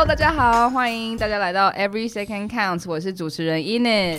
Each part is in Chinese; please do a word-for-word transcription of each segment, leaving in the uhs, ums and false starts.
Hello， 大家好，欢迎大家来到 Every Second Counts， 我是主持人 Enid。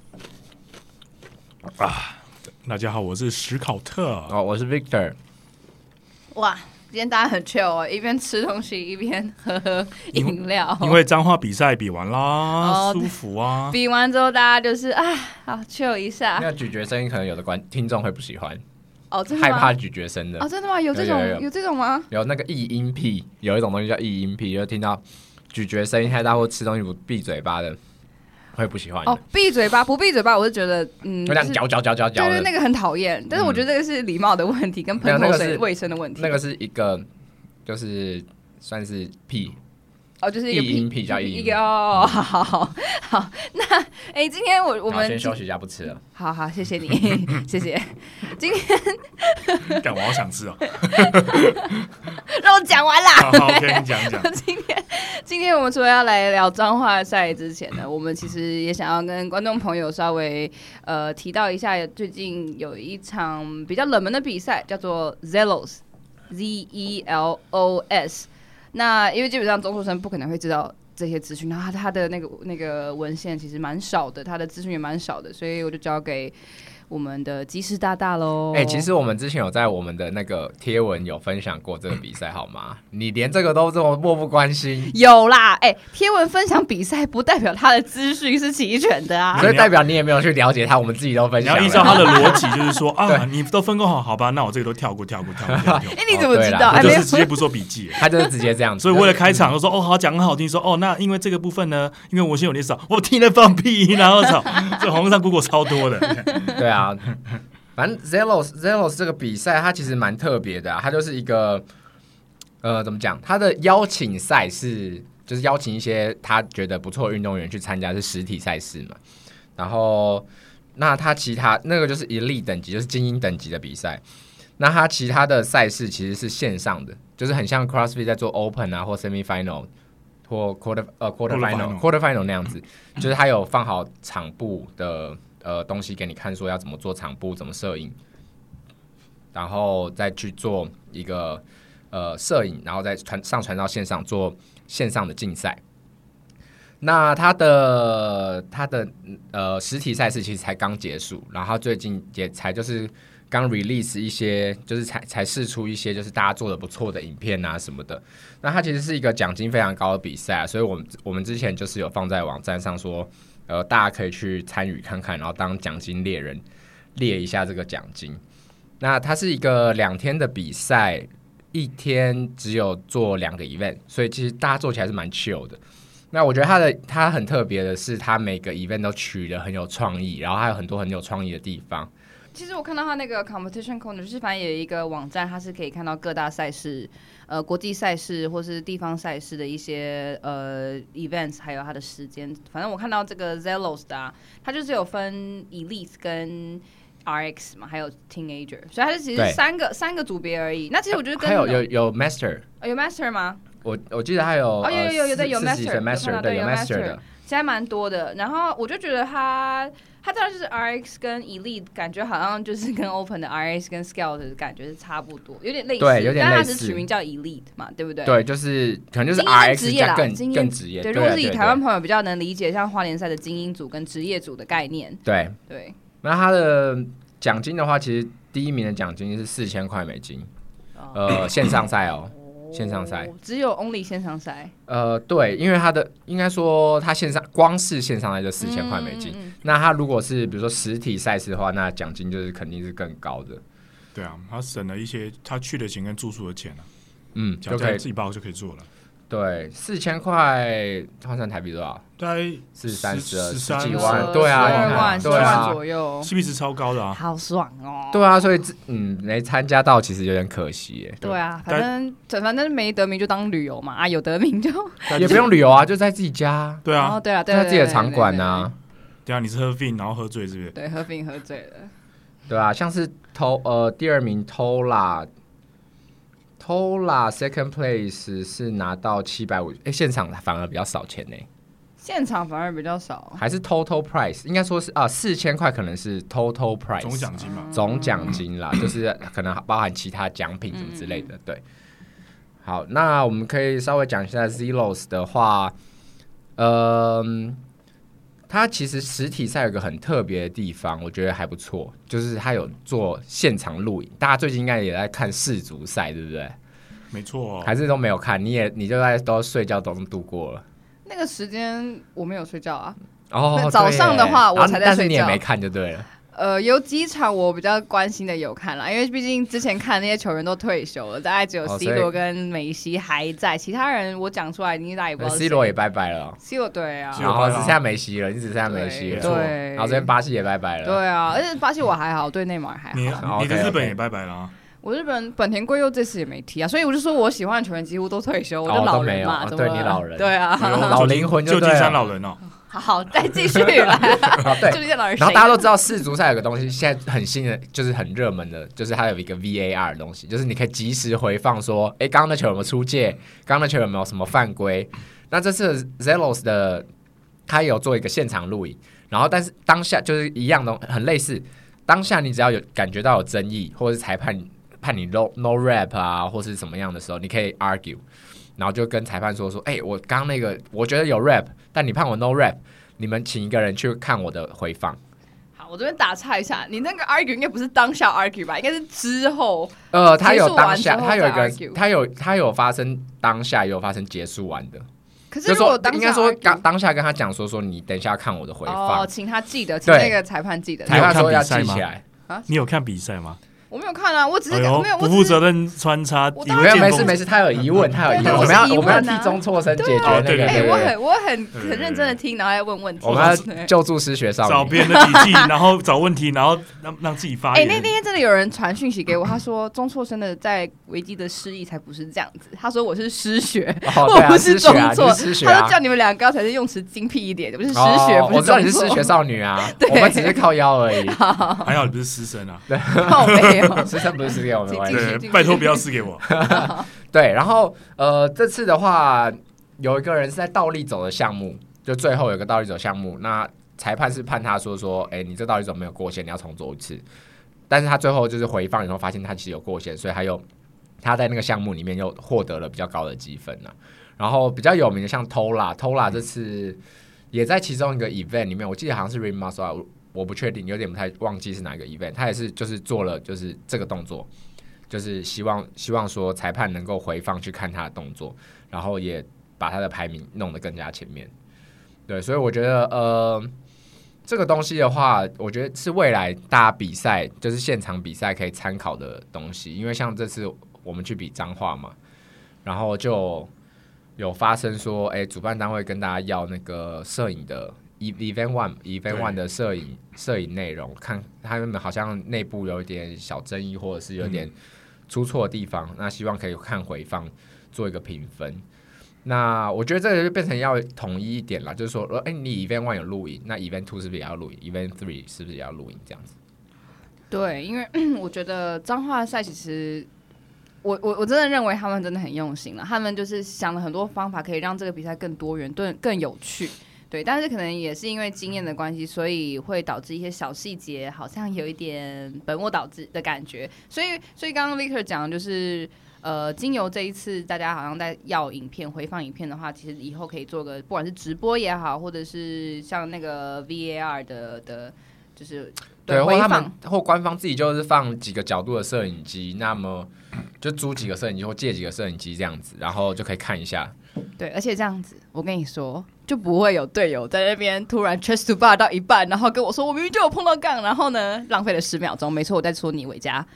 啊，大家好，我是史考特。 哦，我是 Victor。 哇，今天大家很 chill 哦，一边吃东西一边喝喝饮料。 因为彰化比赛比完啦， 哦、 舒服啊。 比完之后，大家就是啊，好 chill 一下。 那咀嚼声音可能有的观听众会不喜欢。 哦，真的吗？ 害怕咀嚼声的。 哦，真的吗？有这种有, 有, 有, 有这种吗？ 有那个异音癖，有一种东西叫异音癖，就听到咀嚼声音太大或吃东西不闭嘴巴的，会不喜欢的。 哦，闭嘴巴不闭嘴巴，我是觉得嗯， 会这样嚼嚼嚼嚼嚼的， 对对，那个很讨厌。但是我觉得这个是礼貌的问题，跟喷口水卫生的问题。 那个是一个，就是算是癖。 哦，就是一个异音癖叫异音。 一个哦，好好好好。那哎、欸，今天我我们先休息一下，不吃了。 好好，谢谢你，谢谢。今天， 但我好想吃哦。 让我讲完啦。 好好 ，OK， 你讲讲。 今天，今天我们除了要来聊彰化赛之前呢，我们其实也想要跟观众朋友稍微呃提到一下，最近有一场比较冷门的比赛，叫做 Zelos，Z E L O S。那因为基本上中学生不可能会知道这些资讯，然后他的那个那个文献其实蛮少的，他的资讯也蛮少的，所以我就交给我们的技师大大喽。 哎、欸，其实我们之前有在我们的那个贴文有分享过这个比赛，好吗？你连这个都这么漠不关心？ 有啦，哎、欸，贴文分享比赛不代表他的资讯是齐全的啊， 所以代表你也没有去了解他，我们自己都分享了。 你要依照他的逻辑，就是说啊，你都分工好，好吧，那我这个都跳过，跳过，跳过，跳过。 哎、欸，你怎么知道？ 他就是直接不做笔记， 他就是直接这样子。 所以为了开场，就说哦，好讲很好听，说哦，那因为这个部分呢，因为我先有点少，我听了放屁，然后操，这网络上 Google 超多的。 对啊。反正 Zelos Zelos 这个比赛它其实蛮特别的、啊，它就是一个呃怎么讲？它的邀请赛是就是邀请一些他觉得不错的运动员去参加，是实体赛事嘛。然后那他其他那个就是 Elite 等级，就是精英等级的比赛。那他其他的赛事其实是线上的，就是很像 CrossFit 在做 Open 啊或 Semi Final 或 Quarter 呃 Quarter Final Quarter Final 那样子，就是他有放好场布的。呃，东西给你看，说要怎么做场布，怎么摄影，然后再去做一个呃摄影，然后再传上传到线上做线上的竞赛。那他的他的呃实体赛事其实才刚结束，然后最近也才就是刚 release 一些，就是才才释出一些就是大家做的不错的影片啊什么的。那它其实是一个奖金非常高的比赛、啊，所以我们我们之前就是有放在网站上说。呃，大家可以去参与看看，然后当奖金猎人列一下这个奖金。那它是一个两天的比赛，一天只有做两个 event， 所以其实大家做起来是蛮 chill 的。那我觉得它的它很特别的是，它每个 event 都取得很有创意，然后还有很多很有创意的地方。 其实我看到他那个 competition corner， 就是反正有一个网站，它是可以看到各大赛事、呃国际赛事或是地方赛事的一些呃 events， 还有它的时间。反正我看到这个 Zelos 的、啊，它就是有分 Elite 跟 R X 嘛，还有 Teenager， 所以它是其实三个三个组别而已。那其实我觉得跟还有有有 Master，、 哦、有 Master 吗？ 我我记得还有哦有有有有的有 Master Master 对有 Master 的， 现在蛮多的。然后我就觉得它。它当然就是 R X 跟 Elite， 感觉好像就是跟 Open 的 R X 跟 Scout 的感觉是差不多，有点类似， 对，有点类似。 但它是取名叫 Elite 嘛，对不对？ 对，就是可能就是 R X 加更更职业。 对，如果是以台湾朋友比较能理解，像花莲赛的精英组跟职业组的概念。 对对。 那它的奖金的话，其实第一名的奖金是四千块美金，哦、呃，线上赛哦。线上赛只有 only 线上赛， 呃，对，因为他的应该说他线上光是线上赛就四千块美金、嗯嗯嗯，那他如果是比如说实体赛事的话，那奖金就是肯定是更高的。 对啊，他省了一些他去的钱跟住宿的钱啊， 嗯， 就可以自己包就可以做了。 对，四千块换算台币多少？ 大概四三十二十几万，对啊， 十二万， 对啊， 左右 ，C P 值超高的啊， 好爽哦。 对啊，所以嗯，没参加到其实有点可惜耶。 对啊，反正反正没得名就当旅游嘛，啊，有得名就也不用旅游啊，就在自己家。 对啊， 哦、对啊，对， 在自己的场馆啊。 对啊，你是喝 vin 然后喝醉是不是？ 对，喝 vin 喝醉了。 对啊，像是偷呃第二名 Tola。Tola second place 是拿到七百五十，哎，现场反而比较少钱呢。 现场反而比较少， 还是 total price 应该说是啊，四千块可能是 total price 总奖金嘛， 总奖金啦，就是可能包含其他奖品什么之类的，对。 好，那我们可以稍微讲一下 Zelos 的话，呃，它其实实体赛有个很特别的地方，我觉得还不错，就是它有做现场录影。大家最近应该也在看世足赛，对不对？ 没错、哦， 还是都没有看？你也你就在都睡觉中度过了。 那个时间我没有睡觉啊。 哦， 早上的话我才在睡觉， 但是你也没看就对了。 呃，有几场我比较关心的有看啦，因为毕竟之前看那些球员都退休了，大概只有 C 罗跟梅西还在，其他人我讲出来你大家也不知道。 C 罗也拜拜了、哦、 ，C 罗对啊， 然后只剩下梅西了，你只剩下梅西了， 对， 然后这边巴西也拜拜了， 对啊，而且巴西我还好，对内马尔还好。 你哦、 你的日本也拜拜了、啊。 我日本本田圭佑这次也没踢啊，所以我就说我喜欢的球员几乎都退休，我就老人嘛， 哦、 怎么对你老人， 对啊， 老灵魂就对了， 旧金山老人哦。 好，再继续来。 对， 旧金山老人。 然后大家都知道世足赛有个东西，现在很新的，就是很热门的，就是它有一个 V A R 的东西，就是你可以及时回放说，哎，刚刚那球有没有出界？刚刚那球有没有什么犯规？那这次 Zelos 的他有做一个现场录影，然后但是当下就是一样的，很类似。当下你只要有感觉到有争议，或者是裁判判你 no no rap 啊，或是什么样的时候，你可以 argue， 然后就跟裁判说说，哎，我刚那个我觉得有 rap， 但你判我 no rap， 你们请一个人去看我的回放。 好，我这边打岔一下，你那个 argue 应该不是当下 argue 吧？应该是之后。 呃，他有当下，他有一个， argue 他有他有发生当下，也有发生结束完的。 可是如果当下应该说当当下跟他讲说说你等一下看我的回放， 哦，请他记得，请那个裁判记得， 裁判说要记起来。 啊，你有看比赛吗？ 我没有看啊，我只是、 哎、 没有不负责任穿插， 没有没事没事，他有疑问，他有疑问，我们要我们要替中辍生解决那个。 对对对，我很我很很认真的听，然后要问问题。 我们要救助失学少女， 找别人的笔记，然后找问题，然后让让自己发言。 哎，那那天真的有人传讯息给我，他说中辍生的在维基的释义才不是这样子，他说我是失学，我不是中辍，他说叫你们两个才是用词精辟一点，不是失学，不是中辍。 我知道你是失学少女啊，我们只是靠腰而已。 还好你不是师生啊， 对， 靠没有， 师生不是师给我们。 对，拜托不要撕给我。 对，然后呃，这次的话，有一个人是在倒立走的项目，就最后有个倒立走项目，那裁判是判他说说，哎，你这倒立走没有过线，你要重走一次。但是他最后就是回放以后发现他其实有过线，所以他又他在那个项目里面又获得了比较高的积分呢、啊。然后比较有名的像 Tola，Tola 这次也在其中一个 event 里面，我记得好像是 Ring Muscle， 我不确定，有点不太忘记是哪一个 event， 他也是就是做了就是这个动作。就是希望希望说裁判能够回放去看他的动作，然后也把他的排名弄得更加前面。对，所以我觉得呃，这个东西的话，我觉得是未来大家比赛就是现场比赛可以参考的东西。因为像这次我们去比彰化嘛，然后就有发生说，哎，主办单位跟大家要那个摄影的 event one event one 的摄影摄影内容，看他们好像内部有一点小争议，或者是有点。出错的地方，那希望可以看回放做一个评分。那我觉得这个就变成要统一一点啦，就是说，哎，你 event one 有录影，那 event two 是不是也要录影 ？event three 是不是也要录影？这样子。 对，因为我觉得彰化赛其实，我我我真的认为他们真的很用心了，他们就是想了很多方法，可以让这个比赛更多元、更更有趣。对，但是可能也是因为经验的关系，所以会导致一些小细节好像有一点本末倒置的感觉。所以，所以刚刚 Victor 讲的就是，呃，经由这一次大家好像在要影片、回放影片的话，其实以后可以做个不管是直播也好，或者是像那个 V A R 的的，就是对，或他们或官方自己就是放几个角度的摄影机，那么就租几个摄影机或借几个摄影机这样子，然后就可以看一下。 对，而且这样子，我跟你说，就不会有队友在那边突然 chest to bar 到一半，然后跟我说我明明就有碰到杠，然后呢浪费了十秒钟。没错，我在说你伟嘉。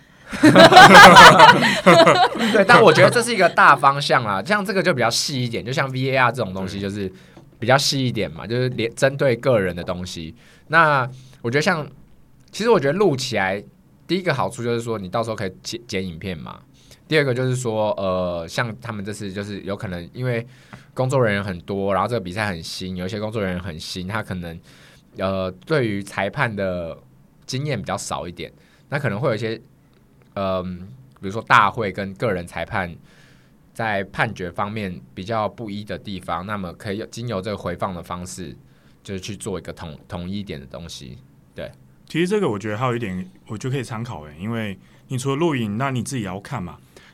对，但我觉得这是一个大方向啦，像这个就比较细一点，就像 V A R 这种东西就是比较细一点嘛，就是连针对个人的东西。那我觉得像，其实我觉得录起来，第一个好处就是说你到时候可以剪剪影片嘛。第二个就是说，呃，像他们这次就是有可能因为工作人员很多，然后这个比赛很新，有一些工作人员很新，他可能呃对于裁判的经验比较少一点，那可能会有一些呃，比如说大会跟个人裁判在判决方面比较不一的地方，那么可以经由这个回放的方式，就是去做一个统统一一点的东西。对， 其实这个我觉得还有一点，我觉得可以参考诶，因为你除了录影，那你自己也要看嘛。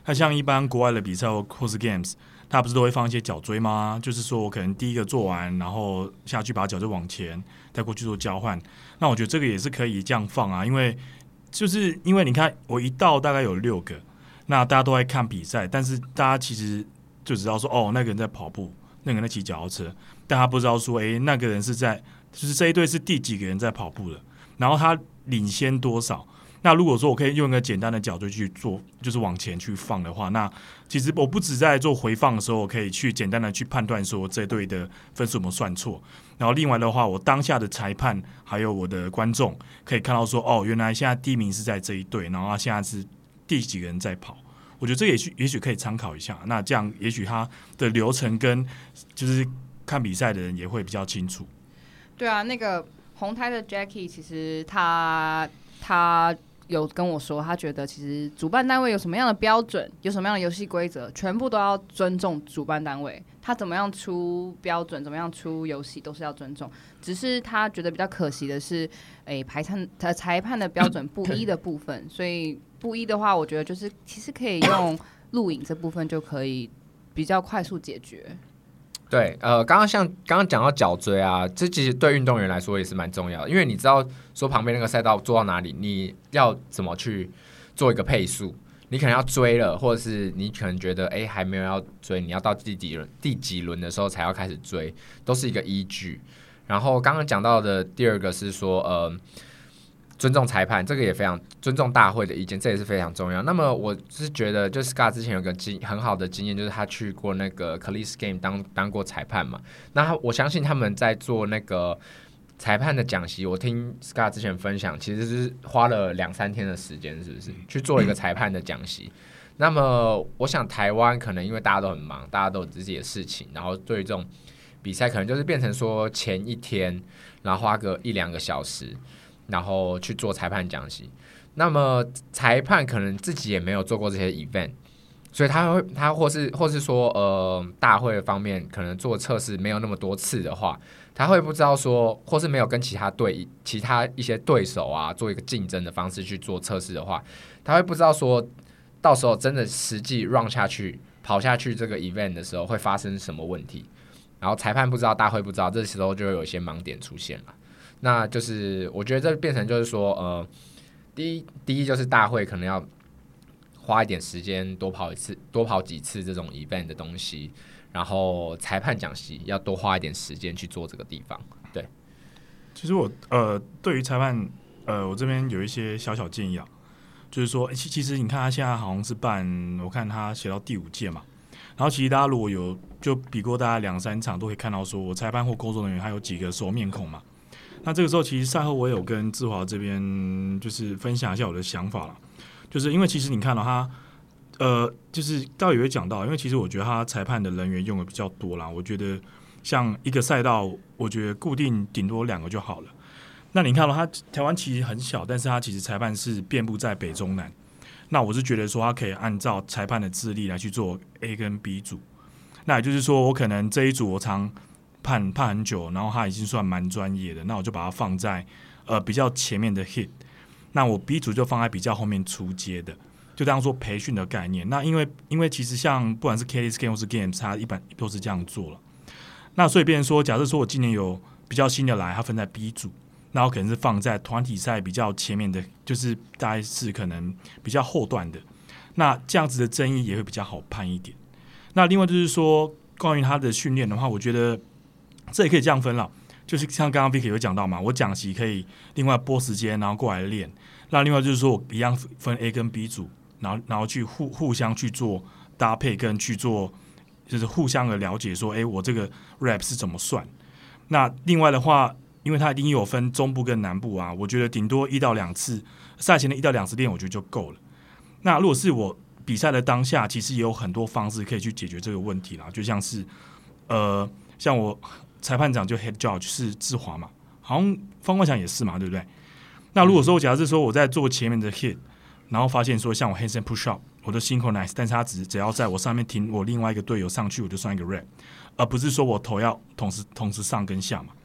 那像一般国外的比赛或是 games， 他不是都会放一些脚锥吗？就是说我可能第一个做完，然后下去把脚锥往前，再过去做交换。那我觉得这个也是可以这样放啊，因为就是因为你看我一到大概有六个，那大家都在看比赛，但是大家其实就知道说哦，那个人在跑步，那个人在骑脚踏车，但他不知道说，哎，那个人是在就是这一队是第几个人在跑步的，然后他领先多少。那如果说我可以用一个简单的角度去做，就是往前去放的话，那其实我不只在做回放的时候，我可以去简单的去判断说这队的分数有没有算错。然后另外的话，我当下的裁判还有我的观众可以看到说，哦，原来现在第一名是在这一队，然后他现在是第几个人在跑。我觉得这也许也许可以参考一下。那这样也许他的流程跟就是看比赛的人也会比较清楚。 对啊，那个红台的 Jackie 其实他他。有跟我说，他觉得其实主办单位有什么样的标准，有什么样的游戏规则，全部都要尊重主办单位。他怎么样出标准，怎么样出游戏，都是要尊重。只是他觉得比较可惜的是，诶，裁判裁判的标准不一的部分。所以不一的话，我觉得就是其实可以用录影这部分就可以比较快速解决。 对，呃，刚刚像刚刚讲到脚锥啊，这其实对运动员来说也是蛮重要的，因为你知道说旁边那个赛道做到哪里，你要怎么去做一个配速，你可能要追了，或者是你可能觉得哎还没有要追，你要到第几轮第几轮的时候才要开始追，都是一个依据。然后刚刚讲到的第二个是说，呃。尊重裁判，这个也非常尊重大会的意见，这也是非常重要。那么我是觉得，就 Scott 之前有个很好的经验，就是他去过那个 Collegiate Game 当当过裁判嘛。那我相信他们在做那个裁判的讲习，我听 Scott 之前分享，其实是花了两三天的时间，是不是去做一个裁判的讲习？那么我想台湾可能因为大家都很忙，大家都有自己的事情，然后对于这种比赛可能就是变成说前一天，然后花个一两个小时。然后去做裁判讲习，那么裁判可能自己也没有做过这些 event， 所以他会他或是或是说呃大会方面可能做测试没有那么多次的话，他会不知道说，或是没有跟其他队其他一些对手啊做一个竞争的方式去做测试的话，他会不知道说到时候真的实际 run 下去跑下去这个 event 的时候会发生什么问题，然后裁判不知道，大会不知道，这时候就会有一些盲点出现了。那就是我觉得这变成就是说，呃，第一第一就是大会可能要花一点时间多跑一次，多跑几次这种 event 的东西，然后裁判讲习要多花一点时间去做这个地方。对， 其实我呃对于裁判呃我这边有一些小小建议啊，就是说其其实你看他现在好像是办，我看他写到第五届嘛，然后其实大家如果有就比过大概两三场，都可以看到说我裁判或工作人员还有几个熟面孔嘛。那这个时候，其实赛后我也有跟志华这边就是分享一下我的想法了，就是因为其实你看到、哦、他，呃，就是倒也会讲到，因为其实我觉得他裁判的人员用的比较多啦。我觉得像一个赛道，我觉得固定顶多两个就好了。那你看到、哦、他台湾其实很小，但是他其实裁判是遍布在北中南。那我是觉得说，他可以按照裁判的资历来去做 A 跟 B 组。那也就是说，我可能这一组我常判判很久，然后他已经算蛮专业的，那我就把它放在呃比较前面的 hit， 那我 B 组就放在比较后面出街的，就当做培训的概念。那因为因为其实像不管是 K S Game 或是 Games， 它一般都是这样做了。那所以变成说，假设说我今年有比较新的来，它分在 B 组，那我可能是放在团体赛比较前面的，就是大概是可能比较后段的。那这样子的争议也会比较好判一点。那另外就是说，关于他的训练的话，我觉得这也可以这样分了，就是像刚刚 Vicky 有讲到嘛，我讲习可以另外拨时间，然后过来练。那另外就是说我一样分 A 跟 B 组，然后然后去互互相去做搭配，跟去做就是互相的了解说，哎，我这个 rap 是怎么算。那另外的话，因为它一定有分中部跟南部啊，我觉得顶多一到两次赛前的一到两次练，我觉得就够了。那如果是我比赛的当下，其实也有很多方式可以去解决这个问题啦，就像是呃，像我裁判长就 head judge 是志华嘛，好像方冠强也是嘛，对不对？那如果说假设说我在做前面的 hit， 然后发现说像我 handstand push up 我都 synchronize， 但是他只只要在我上面停我另外一个队友上去，我就算一个 rep， 而不是说我头要同时同时上跟下嘛。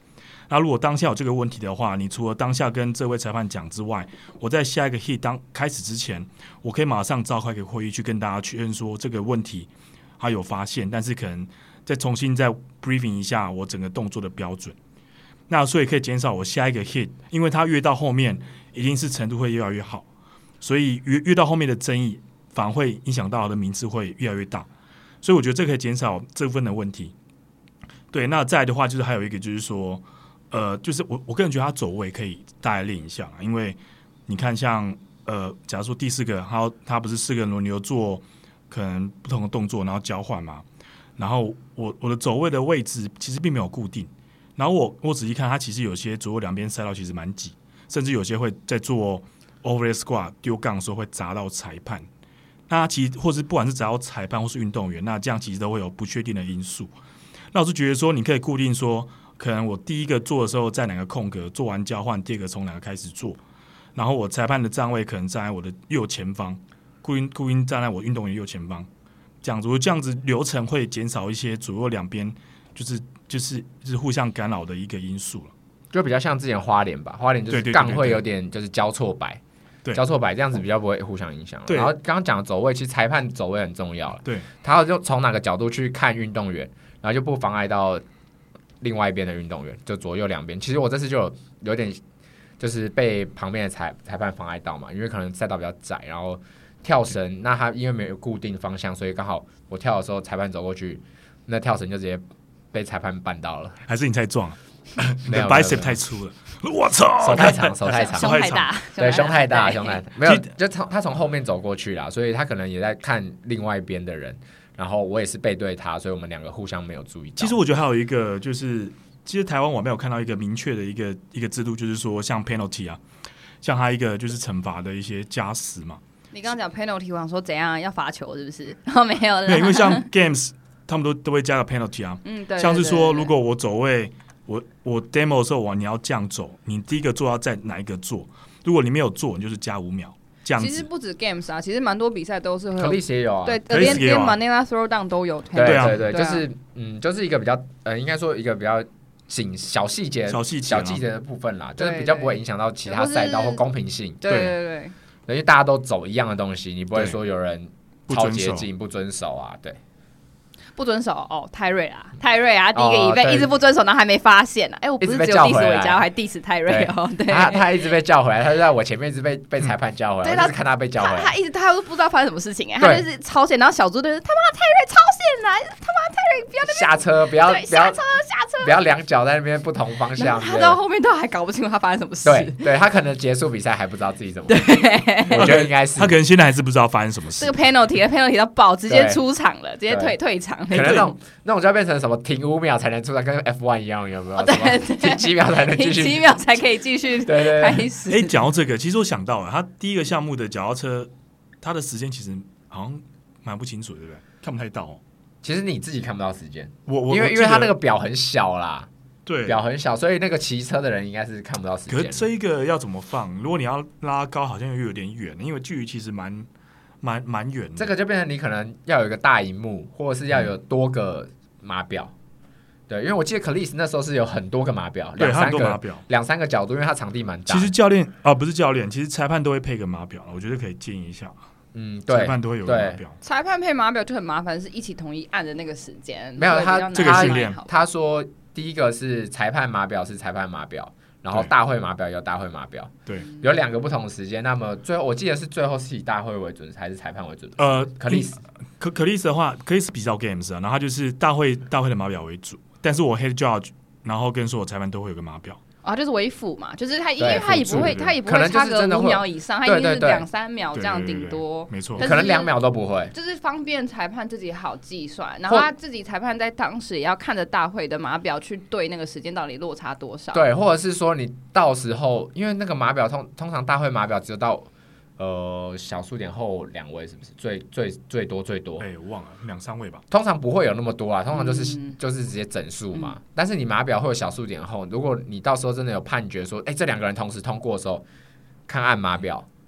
那如果当下有这个问题的话，你除了当下跟这位裁判讲之外，我在下一个 hit 当开始之前，我可以马上召开一个会议去跟大家确认说这个问题他有发现，但是可能再重新再 briefing 一下我整个动作的标准。那所以可以减少我下一个 hit， 因为它越到后面一定是程度会越来越好，所以 越, 越到后面的争议反而会影响到我的名次会越来越大，所以我觉得这可以减少这部分的问题。对，那再来的话就是还有一个就是说，呃，就是我我个人觉得他走位可以大概练一下，因为你看像呃，假如说第四个他他不是四个人轮流做可能不同的动作，然后交换嘛，然后我我的走位的位置其实并没有固定，然后我我仔细看，他其实有些左右两边赛道其实蛮挤，甚至有些会在做 overhead squat 丢杠的时候会砸到裁判，那其实或是不管是砸到裁判或是运动员，那这样其实都会有不确定的因素。那我是觉得说，你可以固定说，可能我第一个做的时候在哪个空格，做完交换，第二个从哪个开始做，然后我裁判的站位可能站在我的右前方，固定固定站在我运动员右前方，这样子，我这样子流程会减少一些左右两边就是就是就是互相干扰的一个因素了。 就比较像之前花莲吧，花莲就是杠会有点就是交错摆，对，交错摆这样子比较不会互相影响。然后刚刚讲的走位，其实裁判走位很重要了， 对， 他就从哪个角度去看运动员，然后就不妨碍到另外一边的运动员，就左右两边。其实我这次就有有点就是被旁边的裁裁判妨碍到嘛，因为可能赛道比较窄，然后跳绳，那他因为没有固定方向，所以刚好我跳的时候裁判走过去，那跳绳就直接被裁判绊到了。 还是你太壮了？你的 bicep 太粗了，我操！ 手太长，手太长， 胸太大， 对，胸太大，胸太大，没有，就从他从后面走过去啦，所以他可能也在看另外一边的人，然后我也是背对他，所以我们两个互相没有注意到。 其实我觉得还有一个就是，其实台湾我没有看到一个明确的一个一个制度，就是说像 penalty 啊，像他一个就是惩罚的一些加时嘛。 你刚刚讲 penalty， 我想说怎样要罚球是不是？然后没有了， 对，因为像 games 他们都都会加个 penalty 啊， 嗯，对， 像是说如果我走位。我我 demo 的时候，我你要这样走，你第一个做要在哪一个做？如果你没有做，你就是加五秒这样子。 其实不止 games 啊，其实蛮多比赛都是会有。 Collis 也有啊， 对，连连 Manila Throwdown 都有。 对对对，就是嗯，就是一个比较呃，应该说一个比较紧小细节、 小细节、 小细节的部分啦，就是比较不会影响到其他赛道或公平性。 对对对， 因为大家都走一样的东西，你不会说有人超捷径不遵守啊，对。 不遵守哦，泰瑞啊，泰瑞啊，第一个乙被一直不遵守，然后还没发现呢、啊。哎、欸，我不是只有 diss 伟嘉，我还 diss 泰瑞哦。对， 他他一直被叫回来，他就在我前面一直被被裁判叫回来，我就是看他被叫回来。 他, 他一直他都不知道发生什么事情哎、欸，他就是超线，然后小猪就是他妈泰瑞超线啊，他妈泰瑞不要那边下车，不要不要下车下车， 不要两脚在那边不同方向。 他到后面都还搞不清楚他发生什么事。 对，对他可能结束比赛还不知道自己怎么。对，我觉得应该是他可能现在还是不知道发生什么事。 这个 penalty penalty 到爆，直接出场了，直接退退场。 可能那种那种就要变成什么停五秒才能出场，跟 F 一 一样，有没有？ 哦、对对， 停几秒才能继续， 停几秒才可以继续开始。 哎，讲到这个，其实我想到了，他第一个项目的脚踏车，他的时间其实好像蛮不清楚，对不对？看不太到哦。 其实你自己看不到时间， 我我因为因为他那个表很小啦， 对， 表很小，所以那个骑车的人应该是看不到时间。 可是这一个要怎么放？如果你要拉高，好像又有点远，因为距离其实蛮蛮蛮远的。 这个就变成你可能要有一个大荧幕，或者是要有多个码表。嗯对，因为我记得 Collis 那时候是有很多个码表，两三个码表，两三个角度，因为它场地蛮大。 其实教练啊，不是教练，其实裁判都会配个码表，我觉得可以建议一下。 嗯，对， 裁判都会有个码表。 裁判配码表就很麻烦，是一起统一按的那个时间。 没有他这个训练， 他说第一个是裁判码表是裁判码表，然后大会码表有大会码表， 对， 有两个不同的时间。那么最后我记得是最后是以大会为准还是裁判为准？ 呃 ，Collis 可 Collis 的话 ，Collis 比较 games 啊，然后他就是大会大会的码表为主。但是我 head judge， 然后跟所有裁判都会有个码表啊，就是为辅嘛，就是他，因为他也不会，他也不会差个五秒以上，他一定是两三秒这样顶多， 没错， 可能两秒都不会， 就是方便裁判自己好计算，然后他自己裁判在当时也要看着大会的码表去对那个时间到底落差多少， 对，或者是说你到时候，因为那个码表通通常大会码表只有到。呃，小数点后两位是不是最最最多最多？ 哎、欸，我忘了两三位吧。 通常不会有那么多啊，通常就是、 嗯、 就是直接整数嘛、嗯。但是你码表会有小数点后，如果你到时候真的有判决说，哎、欸，这两个人同时通过的时候，看按码表，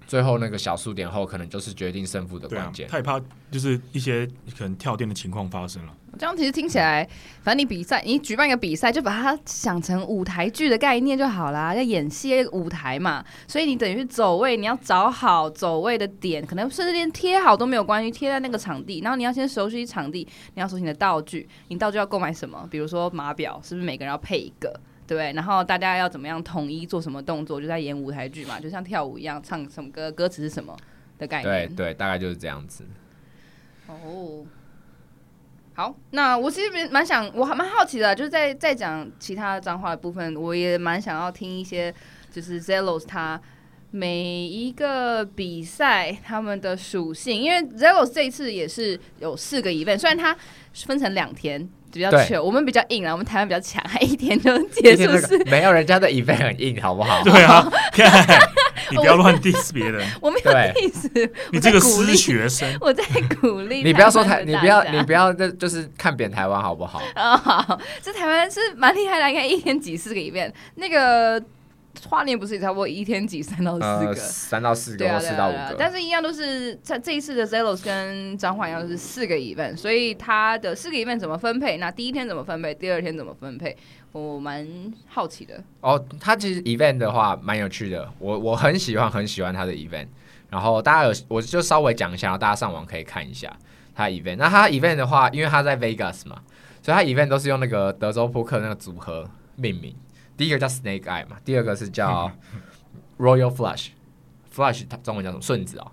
最后那个小数点后可能就是决定胜负的关键。 对啊，他也怕就是一些可能跳电的情况发生了。 这样其实听起来，反正你比赛，你举办一个比赛，就把它想成舞台剧的概念就好啦。要演戏舞台嘛，所以你等于是走位，你要找好走位的点，可能甚至连贴好都没有关系，贴在那个场地。然后你要先熟悉场地，你要熟悉你的道具，你道具要购买什么？比如说码表，是不是每个人要配一个？对不对？然后大家要怎么样统一做什么动作，就在演舞台剧嘛，就像跳舞一样，唱什么歌，歌词是什么的概念。 对对，大概就是这样子。 哦，好，那我其实蛮想，我还蛮好奇的，就是在在讲其他脏话的部分，我也蛮想要听一些，就是 Zelos 他每一个比赛他们的属性，因为 Zelos 这一次也是有四个 event， 虽然它分成两天。比较糗，我们比较硬啦，我们台湾比较强，一天就结束是、 那個。没有人家的 event 很硬，好不好？ 对啊，看你不要乱 diss 别人。 我没有 diss， 你这个私学生， 我在鼓励。 你不要说台，你不要，你不要，就是看扁台湾好不好？ 哦，好，这台湾是蛮厉害的，应该一天几四个 event， 那个。花莲不是也差不多一天挤三到四个，呃、 三到四个或四到五个， 但是一样都是在这一次的 Zelos 跟彰化一样都是四个 event， 所以它的四个 event 怎么分配？那第一天怎么分配？第二天怎么分配？我蛮好奇的。 哦，它其实 event 的话蛮有趣的，我我很喜欢很喜欢它的 event， 然后大家有我就稍微讲一下，然后大家上网可以看一下它的 event。那它 event 的话，因为它在 Vegas 嘛，所以它 event 都是用那个德州扑克那个组合命名。第一个叫 Snake Eye 嘛，第二个是叫 Royal Flush，Flush 它中文叫什么？顺子哦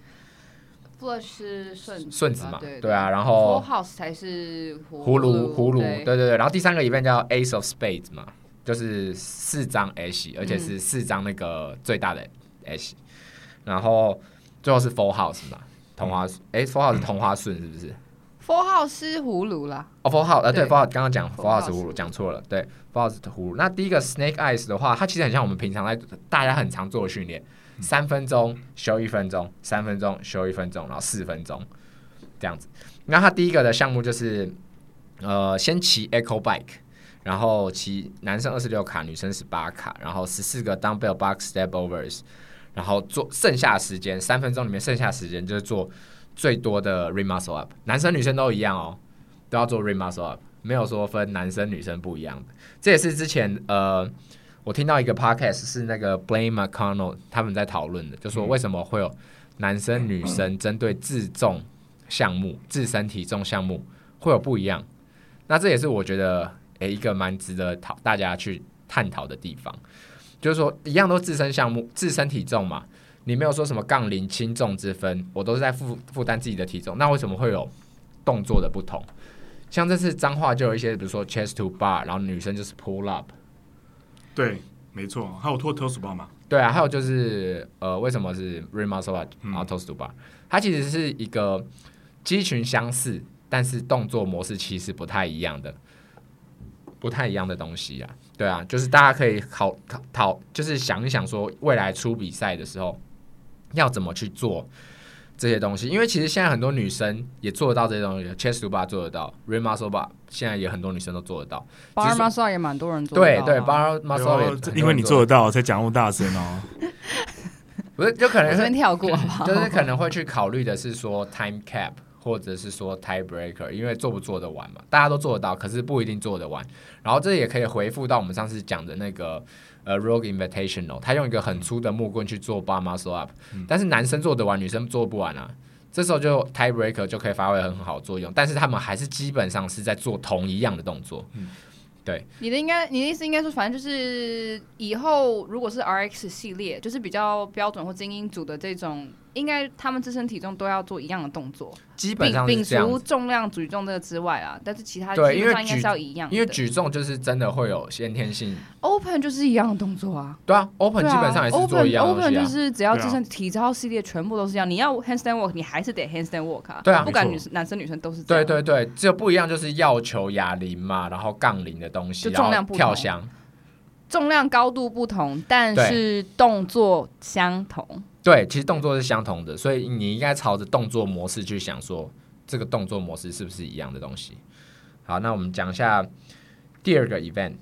，Flush 是顺子顺子嘛， 对对啊，然后 Full House 才是葫芦葫芦，对对对，然后第三个 event 叫 Ace of Spades 嘛，就是四张 Ace， 而且是四张那个最大的 Ace，、嗯、然后最后是 Full House 嘛，同花哎 Full House 是同花顺是不是 ？Full House 是葫芦啦， 哦 Full House 呃对 Full House 刚刚讲 Full House 是葫芦，讲错了，对 Full House 是葫芦。那第一个 Snake Eyes 的话，它其实很像我们平常在大家很常做的训练，三分钟休一分钟，三分钟休一分钟，然后四分钟这样子。那它第一个的项目就是呃先骑 Echo Bike， 然后骑男生二十六卡，女生十八卡，然后十四个 Dumbbell Box Step Overs， 然后做剩下的时间三分钟里面剩下的时间就是做最多的 Ring Muscle Up， 男生女生都一样哦，都要做 Ring Muscle Up， 没有说分男生女生不一样的。这也是之前呃，我听到一个 podcast 是那个 Blaine McConnell 他们在讨论的，就说为什么会有男生女生针对自重项目、自身体重项目会有不一样。那这也是我觉得诶一个蛮值得讨大家去探讨的地方，就是说一样都自身项目、自身体重嘛。你没有说什么杠铃轻重之分，我都是在负负担自己的体重，那为什么会有动作的不同？像这次彰化就有一些，比如说 chest to bar， 然后女生就是 pull up， 对，没错，还有托 toast bar 嘛？ 对啊，还有就是呃，为什么是 ring muscle up， 然后 toast to bar，、嗯、它其实是一个肌群相似，但是动作模式其实不太一样的，不太一样的东西啊。对啊，就是大家可以考考，就是想一想说，未来出比赛的时候。要怎么去做这些东西？因为其实现在很多女生也做得到这些东西 ，chest to bar 做得到 ，ring muscle bar 现在也很多女生都做得到 ，bar muscle 也蛮多人做得到、啊。 对对 ，bar muscle 也因为你做得到才讲那么大声哦。 不是，就可能这边跳过好不好， 就是可能会去考虑的是说 time cap， 或者是说 tie breaker， 因为做不做得完嘛，大家都做得到，可是不一定做得完。然后这也可以回复到我们上次讲的那个。呃 Rogue Invitational， 他用一个很粗的木棍去做 bar muscle up，、嗯、但是男生做得完，女生做不完啊。这时候就 tie breaker 就可以发挥很好的作用，但是他们还是基本上是在做同一样的动作。嗯、对， 你的应该，你的意思应该说，反正就是以后如果是 R X 系列，就是比较标准或精英组的这种，应该他们自身体重都要做一样的动作。 基本上是这样， 摒除重量举重这个之外啊，但是其他基本上应该是要一样的。 因为举重就是真的会有先天性 ，Open 就是一样的动作啊。 对啊 ，Open 基本上也是做一样的东西、啊。 Open 就是只要自身体操系列全部都是一样，你要 handstand walk 你还是得 handstand walk 啊。 对啊， 不管女男生女生都是这样。 对对对，只有不一样就是要求哑铃嘛，然后杠铃的东西， 就重量不同， 跳箱， 重量高度不同，但是动作相同。 对，其实动作是相同的，所以你应该朝着动作模式去想说。这个动作模式是不是一样的东西？好，那我们讲一下第二个 event。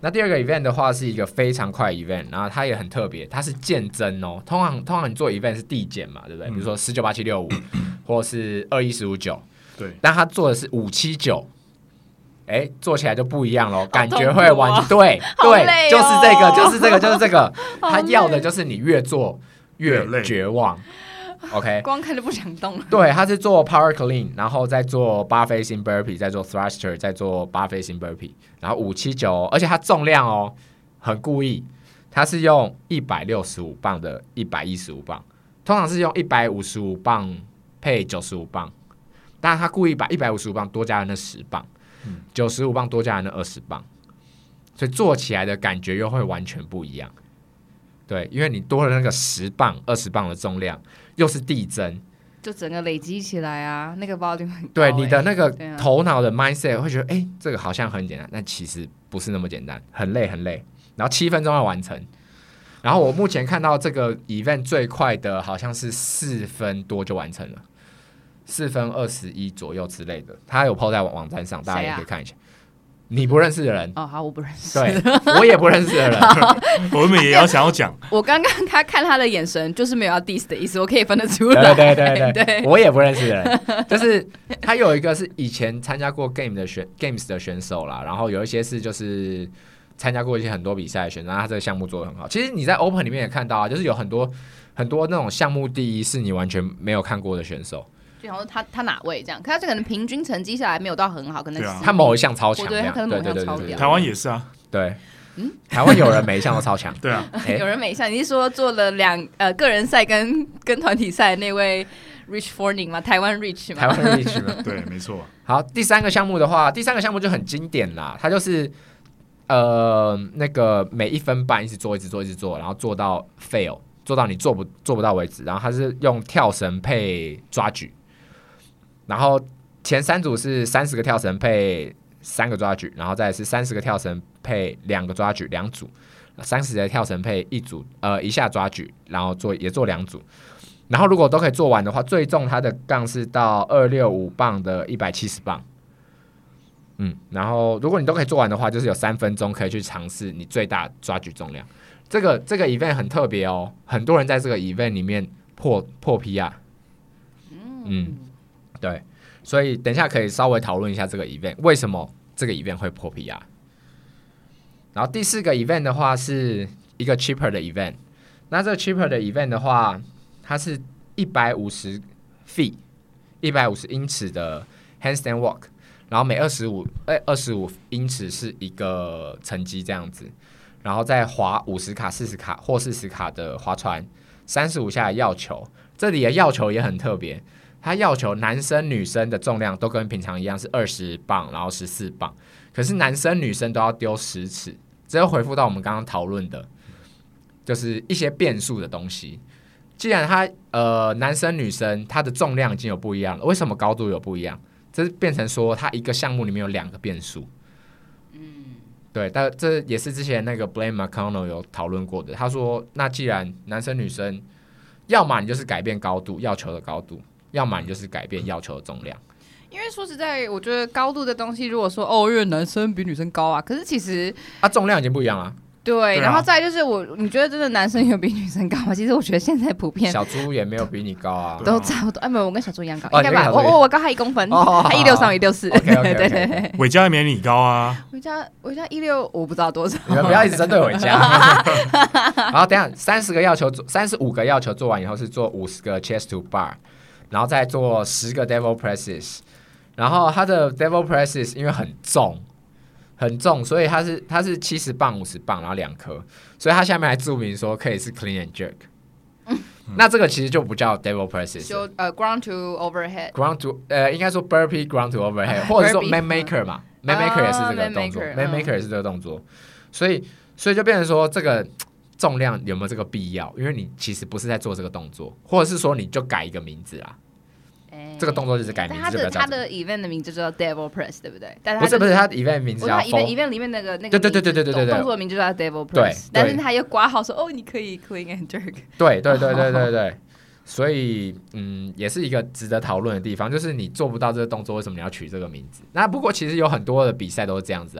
那第二个 event 的话是一个非常快 event， 然后它也很特别，它是渐增哦。通常通常你做 event 是递减嘛，对不对？嗯、比如说十九八七六五，或是二一十五九， 对。 但它做的是五七九，哎，做起来就不一样咯，感觉会完全、哦、对对、哦，就是这个，就是这个，就是这个。他要的就是你越做越绝望。OK， 光看就不想动了。 对，他是做 power clean， 然后再做八 facing burpee， 再做 thruster， 再做八 facing burpee， 然后五七九，而且它重量哦很故意，它是用一百六十五磅的一百一十五磅，通常是用一百五十五磅配九十五磅，但是他故意把一百五十五磅多加了那十磅，九十五磅多加了那二十磅，所以做起来的感觉又会完全不一样。对，因为你多了那个十磅、二十磅的重量，又是递增， 就整个累积起来啊，那个 volume 很高、欸。 对，你的那个头脑的 mindset 会觉得，哎、欸，这个好像很简单，但其实不是那么简单，很累很累。然后七分钟要完成，然后我目前看到这个 event 最快的好像是四分多就完成了，四分二十一左右之类的，他有 po 在网站上，大家也可以看一下。你不认识的人哦，好，我不认识， 对，我也不认识的人， 我们也要想要讲。 我刚刚他看他的眼神，就是没有要 diss 的意思，我可以分得出来。 对对对 对, 对我也不认识的人，就是他有一个是以前参加过 game 的选 games 的选手啦，然后有一些是就是参加过一些很多比赛的选手，然后他这个项目做得很好。其实你在 Open 里面也看到啊，就是有很多很多那种项目第一是你完全没有看过的选手。 然后他他哪位这样？可他这可能平均成绩下来没有到很好，可能、 啊、 他某一项超强， 对，他可能某一项超屌。 台湾也是啊， 对，嗯，台湾有人每一项都超强， 对啊， 欸、有人每一项。你是说做了两呃个人赛跟跟团体赛那位 Rich Forning 吗？台湾 Rich 吗？ 台湾 Rich 吗？ 对，没错。 好，第三个项目的话，第三个项目就很经典啦，它就是呃那个每一分半一直做，一直做，一直做，然后做到 fail， 做到你做不做不到为止。然后它是用跳绳配抓举。然后前三组是三十个跳绳配三个抓举，然后再是三十个跳绳配两个抓举两组，三十个跳绳配一组呃一下抓举，然后做也做两组。然后如果都可以做完的话，最重它的杠是到二六五磅的一百七十磅。嗯，然后如果你都可以做完的话，就是有三分钟可以去尝试你最大抓举重量。这个这个 event 很特别哦，很多人在这个 event 里面破破 P R。嗯。对，所以等一下可以稍微讨论一下这个 event 为什么这个 event 会破 P R。然后第四个 event 的话是一个 cheaper 的 event， 那这个 cheaper 的 event 的话，它是一百五十 feet， 一百五十英尺的 handstand walk， 然后每二十五哎二十五英尺是一个成绩这样子，然后再滑五十卡、四十卡或四十卡的划船，三十五下的药球，这里的药球也很特别。他要求男生女生的重量都跟平常一样是二十磅，然后十四磅，可是男生女生都要丢十尺。这又回复到我们刚刚讨论的，就是一些变数的东西。既然他呃男生女生他的重量已经有不一样了，为什么高度有不一样？这变成说他一个项目里面有两个变数。嗯，对，但这也是之前那个 Blaine McConnell 有讨论过的。他说，那既然男生女生，要么你就是改变高度，要求的高度。要么你就是改变要求的重量， 因为说实在，我觉得高度的东西，如果说哦，因为男生比女生高啊，可是其实啊重量已经不一样了。 对， 对啊、 然后再就是我，你觉得真的男生有比女生高吗？其实我觉得现在普遍小猪也没有比你高啊， 都差不多。哎，没有，我跟小猪一样高， 哦、 应该吧？我我我高他一公分， 哦、 他一六三，我一六四。 对对对对， 伟嘉也没你高啊。 伟嘉伟嘉一六，我不知道多少。 你们不要一直针对伟嘉。然后等一下三十个要求，三十五个要求做完以后是做五十个 chest to bar。然后再做十个 devil presses， 然后它的 devil presses 因为很重，很重，所以它是它是七十磅、五十磅，然后两颗，所以它下面还注明说可以是 clean and jerk。嗯、那这个其实就不叫 devil presses， 就呃 ground to overhead，ground to 呃应该说 burpee ground to overhead， 或者是说 man maker 嘛、uh, ，man maker 也是这个动作、uh, ，man maker 也是这个动作，所以所以就变成说这个。重量有没有这个必要？因为你其实不是在做这个动作，或者是说你就改一个名字啦。欸、这个动作就是改名字。 他的他的 event 的名字就叫 Devil Press， 对不对？但不是不是，他的 event 名字叫 event event 里面那个那个对对对对对对动作的名字就叫 Devil Press， 但是他又挂号说哦，你可以 clean and jerk。 对对对对对对，所以嗯，也是一个值得讨论的地方，就是你做不到这个动作，为什么你要取这个名字？那不过其实有很多的比赛都是这样子啊，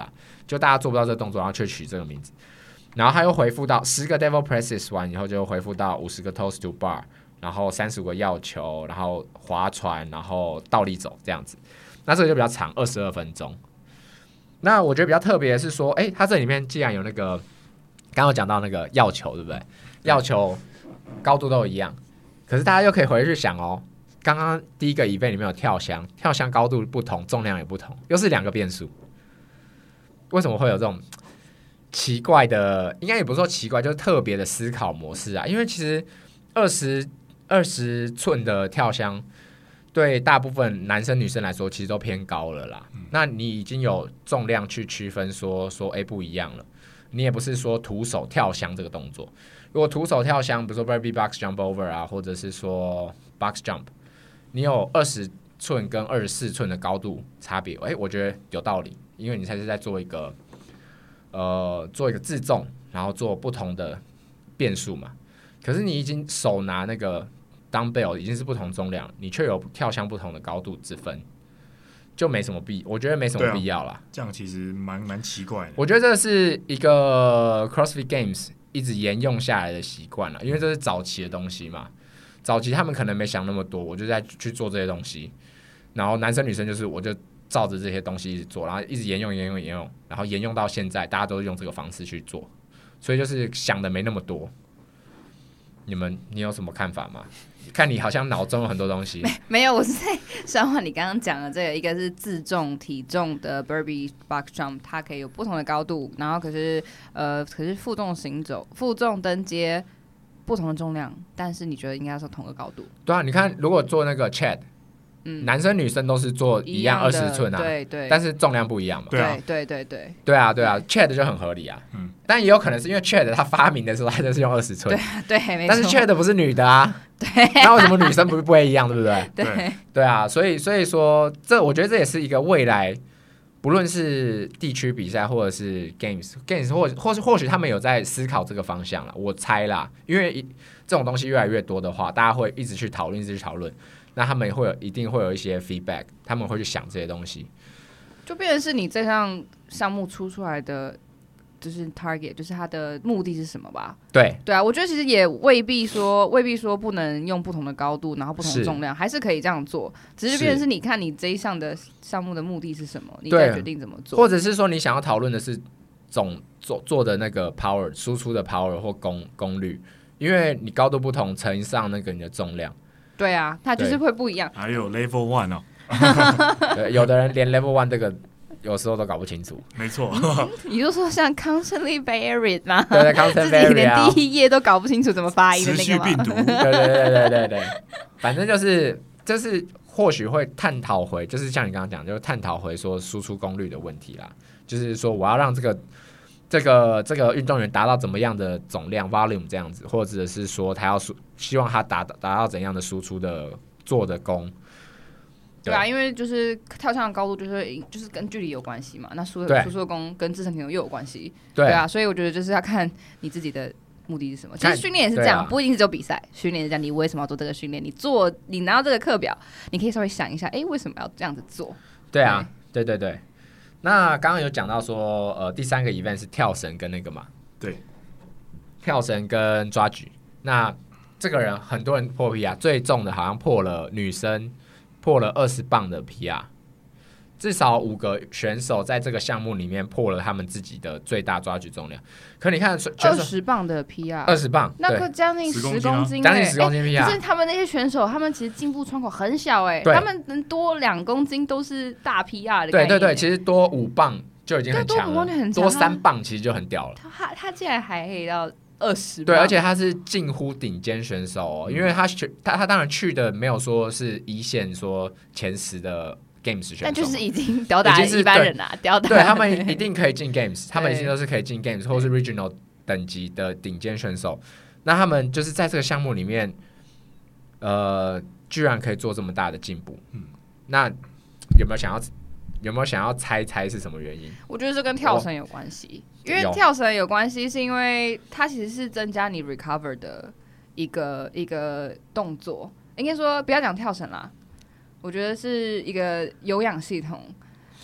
就大家做不到这个动作，然后却取这个名字。然后他又回复到十个 devil presses 完以后，就回复到五十个 toast to bar， 然后三十五个药球，然后划船，然后倒立走这样子。那这个就比较长，二十二分钟。那我觉得比较特别的是说，哎，它这里面既然有那个刚刚有讲到那个药球，对不对？药球高度都一样，可是大家又可以回去想哦，刚刚第一个 event 里面有跳箱，跳箱高度不同，重量也不同，又是两个变数。为什么会有这种奇怪的？应该也不是说奇怪，就是特别的思考模式啊。因为其实二十二十寸的跳箱，对大部分男生女生来说，其实都偏高了啦。嗯、那你已经有重量去区分说说，哎，不一样了。你也不是说徒手跳箱这个动作。如果徒手跳箱，比如说 Burpee Box Jump Over 啊，或者是说 Box Jump， 你有二十寸跟二十四寸的高度差别，哎，我觉得有道理，因为你才是在做一个呃做一个自重，然后做不同的变数嘛。可是你已经手拿那个 dumbbell 已经是不同重量，你却有跳箱不同的高度之分。就没什么必，我觉得没什么必要啦。 啊、这样其实蛮蛮奇怪的。 我觉得这是一个 CrossFit Games 一直沿用下来的习惯了，因为这是早期的东西嘛。早期他们可能没想那么多，我就在去做这些东西。然后男生女生就是我就照着这些东西一直做，然后一直沿用沿用沿用，然后沿用到现在，大家都用这个方式去做，所以就是想的没那么多。你们你有什么看法吗？看你好像脑中有很多东西。 没, 没有，我是在消化你刚刚讲的这个，一个是自重体重的 Burpee Box Jump， 它可以有不同的高度，然后可是呃，可是负重行走、负重登阶不同的重量，但是你觉得应该是同个高度？ 对啊，你看如果做那个 Chad。嗯、男生女生都是做一样二十寸啊， 对对， 但是重量不一样嘛。 对啊， 对对对对啊，对啊 ，Chad 就很合理啊。嗯，但也有可能是因为 Chad 他发明的时候他就是用二十寸， 对对，没错。 但是 Chad 不是女的啊， 对， 那为什么女生不不会一样，对不对？ 对对啊，所以所以说，这我觉得这也是一个未来，不论是地区比赛或者是 Games Games 或或是或许他们有在思考这个方向了，我猜啦，因为这种东西越来越多的话，大家会一直去讨论，一直去讨论。那他们会有一定会有一些 feedback， 他们会去想这些东西， 就变成是你这项项目出出来的就是 target， 就是它的目的是什么吧？ 对对啊，我觉得其实也未必说未必说不能用不同的高度，然后不同的重量，还是可以这样做，只是变成是你看你这一项的项目的目的是什么，你再决定怎么做， 或者是说你想要讨论的是总做做的那个 power 输出的 power 或功功率，因为你高度不同乘上那个你的重量。 对啊，它就是会不一样。 还有 Level One 哦， 对，有的人连 Level One 这个有时候都搞不清楚。 没错， 你就说像 constantly varied 吗？ 对对 ，constantly varied， 自己连第一页都搞不清楚怎么发音的那个吗？ 持续病毒。 对对对对对对，反正就是就是或许会探讨回，就是像你刚刚讲，就是探讨回说输出功率的问题啦。就是说我要让这个这个这个运动员达到怎么样的总量 volume 这样子，或者是说他要希望他达达到怎样的输出的做的功。 对啊，因为就是跳箱的高度就是就是跟距离有关系嘛，那输输出的功跟自身体重又有关系。对啊，所以我觉得就是要看你自己的目的是什么。其实训练也是这样，啊、不一定是只有比赛，训练是这样。你为什么要做这个训练？你做你拿到这个课表，你可以稍微想一下，哎，为什么要这样子做？ 对啊，对对对。那刚刚有讲到说，呃，第三个 event 是跳绳跟那个嘛， 对， 跳绳跟抓举。那这个人很多人破 P R， 最重的好像破了女生破了二十磅的 P R， 至少五个选手在这个项目里面破了他们自己的最大抓举重量。可你看， 二十磅的 P R， 二十磅， 那可将近十公斤， 将近十公斤 P R。 可是他们那些选手，他们其实进步窗口很小哎、欸，他们能多两公斤都是大 P R 的概念、欸。 对对对，其实多五磅就已经很强了， 多多三磅其实就很屌了。 他他竟然还可以到二十， 对，而且他是近乎顶尖选手哦，因为他他他当然去的没有说是一线说前十的 Games 选手， 但就是已经吊打一般人啦，吊打对他们一定可以进 Games， 他们已经都是可以进 Games 或是 Regional 等级的顶尖选手。那他们就是在这个项目里面，呃，居然可以做这么大的进步。嗯，那有没有想要有没有想要猜猜是什么原因？ 我觉得这跟跳绳有关系，因为跳绳有关系，是因为它其实是增加你 recover 的一个一个动作。应该说不要讲跳绳啦。我觉得是一个有氧系统，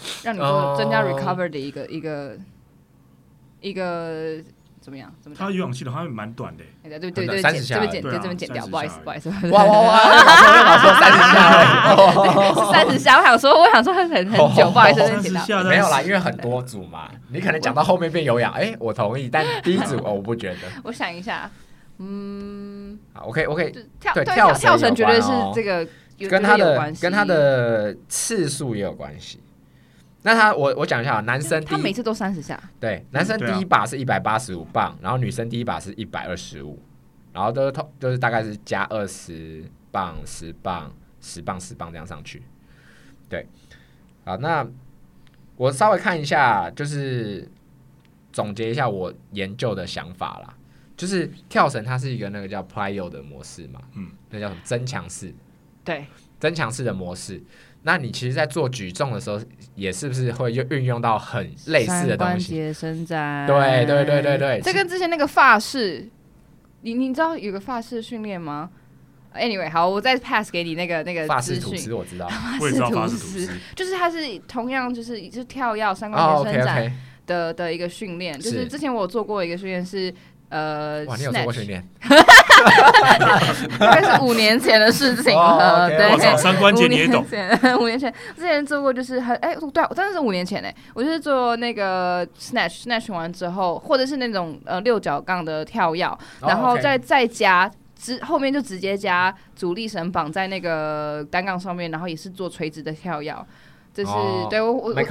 让你做增加 recover 的一个、oh. 一个一个怎么样？怎么讲？ 它有氧系统它蛮短的、 欸，对对对对， 三十下， 这边剪， 对、啊、 这边剪掉，不好意思，不好意思。 哇哇哇！老说三十下， 三十下，我想说，我想说很很久，不好意思，这边剪掉。 没有啦，因为很多组嘛，你可能讲到后面变有氧，哎、欸，我同意，但第一组哦，我不觉得。 我想一下，嗯， 好 ，OK OK， 跳对跳跳绳绝对是哦这个跟它的跟它的次数也有关系。那他我我讲一下，男生第一他每次都三十下， 对，男生第一把是一百八十五磅，然后女生第一把是一百二十五，然后都是就是大概是加二十磅、十磅、十磅、十磅这样上去。对，好，那我稍微看一下，就是总结一下我研究的想法啦。就是跳绳它是一个那个叫 plyo 的模式嘛，嗯，那叫什么增强式？ 对， 增强式的模式。那你其实，在做举重的时候，也是不是会运用到很类似的东西？ 关节伸展。 对对对对对， 这跟之前那个法式，你你知道有个法式训练吗 ？Anyway， 好，我再 pass 给你那个那个法式吐司，我知道， 我也知道法式吐司， 就是它是同样就是就是跳跃三关节伸展的、 oh, okay, okay. 的一个训练，就是之前我有做过一个训练是。呃， 哇，你有做过训练？ 大概是五年前的事情了。 对，我操，三关节你也懂？ 五年前，之前做过，就是很哎，对，真的是五年前哎，我就是做那个 snatch，snatch 完之后，或者是那种呃六角杠的跳跃，然后再再加。直后面就直接加阻力绳绑在那个单杠上面，然后也是做垂直的跳跃。这是、哦、对我我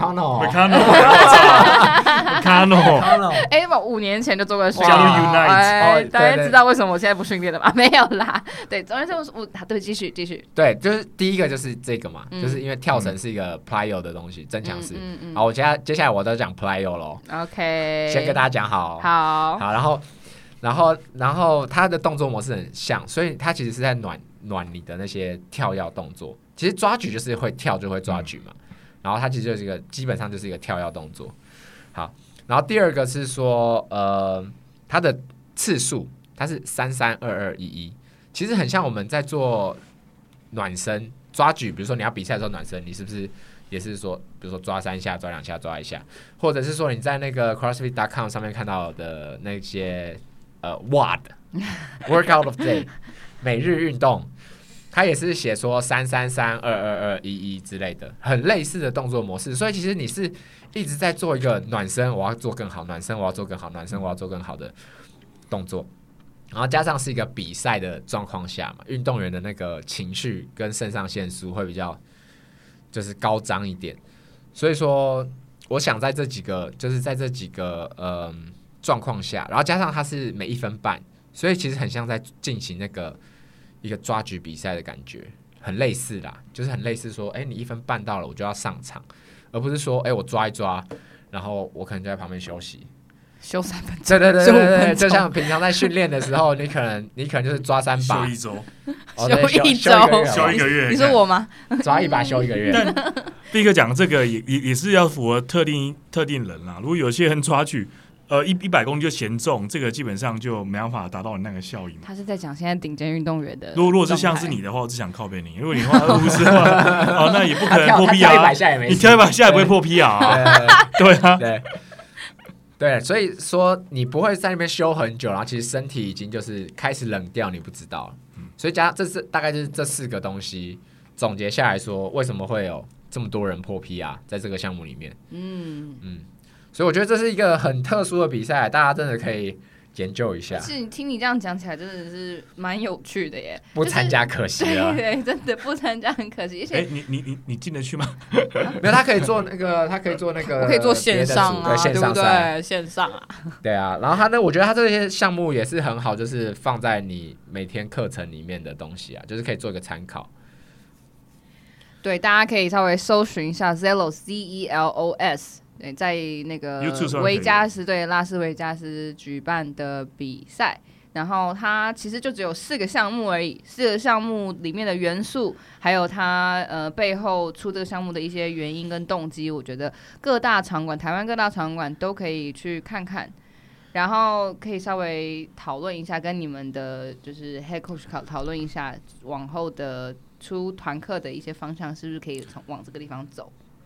Meccano，Meccano，Meccano， 哎，我五年前就做过训练， 哎，大家知道为什么我现在不训练了吗？没有啦，对，总之是我对继续继续， 对，就是第一个就是这个嘛，嗯、就是因为跳绳是一个 plyo 的东西，增强式。嗯嗯嗯、好，我接下接下来我都讲 plyo 咯 OK， 先跟大家讲好， 好， 好，然后然后然后它的动作模式很像，所以它其实是在暖暖你的那些跳跃动作。其实抓举就是会跳就会抓举嘛。嗯，然后它其实就是一个基本上就是一个跳跃动作，好，然后第二个是说，呃，它的次数它是三三二二一一，其实很像我们在做暖身抓举，比如说你要比赛的时候暖身，你是不是也是说，比如说抓三下、抓两下、抓一下，或者是说你在那个 crossfit dot com 上面看到的那些呃 W O D workout of day 每日运动。他也是写说三三三二二二一一之类的，很类似的动作模式，所以其实你是一直在做一个暖身，我要做更好，暖身我要做更好，暖身我要做更好的动作，然后加上是一个比赛的状况下嘛，运动员的那个情绪跟肾上腺素会比较就是高涨一点，所以说我想在这几个就是在这几个呃状况下，然后加上它是每一分半，所以其实很像在进行那个。一个抓举比赛的感觉，很类似啦，就是很类似说，哎、欸，你一分半到了，我就要上场，而不是說，哎、欸，我抓一抓，然後我可能就在旁邊休息， 休三分鐘， 對對對對對對，就像平常在訓練的時候，你可能你可能就是抓三把， 休一周， 哦、 休一周， 休一個月， 你說我嗎？ 抓一把休一個月。 但畢哥講這個也也也是要符合特定特定人啦，如果有些人抓舉。呃，一一百公斤就嫌重，这个基本上就没办法达到那个效益嘛。 他是在讲现在顶尖运动员的。 如果如果是像是你的话，我只想靠背你。如果你花二五十的话，哦，那也不可能破 P R。你跳一百下也不会破 P R。对啊， 对对，所以说你不会在那边休很久，然后其实身体已经就是开始冷掉，你不知道。嗯、所以加这是大概就是这四个东西总结下来说，为什么会有这么多人破 P R 在这个项目里面？嗯嗯。所以我觉得这是一个很特殊的比赛，大家真的可以研究一下。 是你听你这样讲起来，真的是蛮有趣的耶。 不参加可惜了， 对对，真的不参加很可惜。 哎、欸，你你你你进得去吗？ 没有，他可以做那个，他可以做那个， 我可以做线上啊， 对线上赛， 对线上啊。 对啊，然后他呢，我觉得他这些项目也是很好，就是放在你每天课程里面的东西啊，就是可以做一个参考。 对，大家可以稍微搜寻一下 Zelos Z E L O S。对，在那个维加斯对拉斯维加斯举办的比赛，然后它其实就只有四个项目而已，四个项目里面的元素，还有它呃背后出这个项目的一些原因跟动机，我觉得各大场馆，台湾各大场馆都可以去看看，然后可以稍微讨论一下，跟你们的就是 head coach 讨论一下往后的出团课的一些方向，是不是可以从往这个地方走。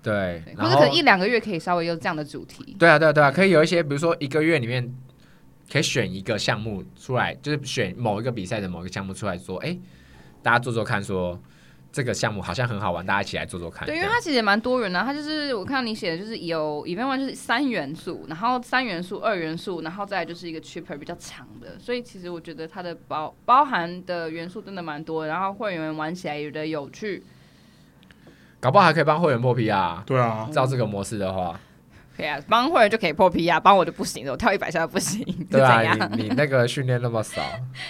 对， 或者可能一两个月可以稍微有这样的主题。 对啊，对啊，对啊，可以有一些，比如说一个月里面可以选一个项目出来，就是选某一个比赛的某一个项目出来说，哎，大家做做看说。这个项目好像很好玩，大家一起来做做看。 对，因为它其实也蛮多元的，它就是我看到你写的就是有 event one 就是三元素，然后三元素、二元素，然后再来就是一个 cheaper 比较长的，所以其实我觉得它的包包含的元素真的蛮多的，然后会员玩起来有的有趣， 搞不好还可以帮会员破 P R。 对啊， 照这个模式的话， 可以啊，帮会员就可以破 P R， 帮我就不行了，我跳一百下不行， 对啊，你你那个训练那么少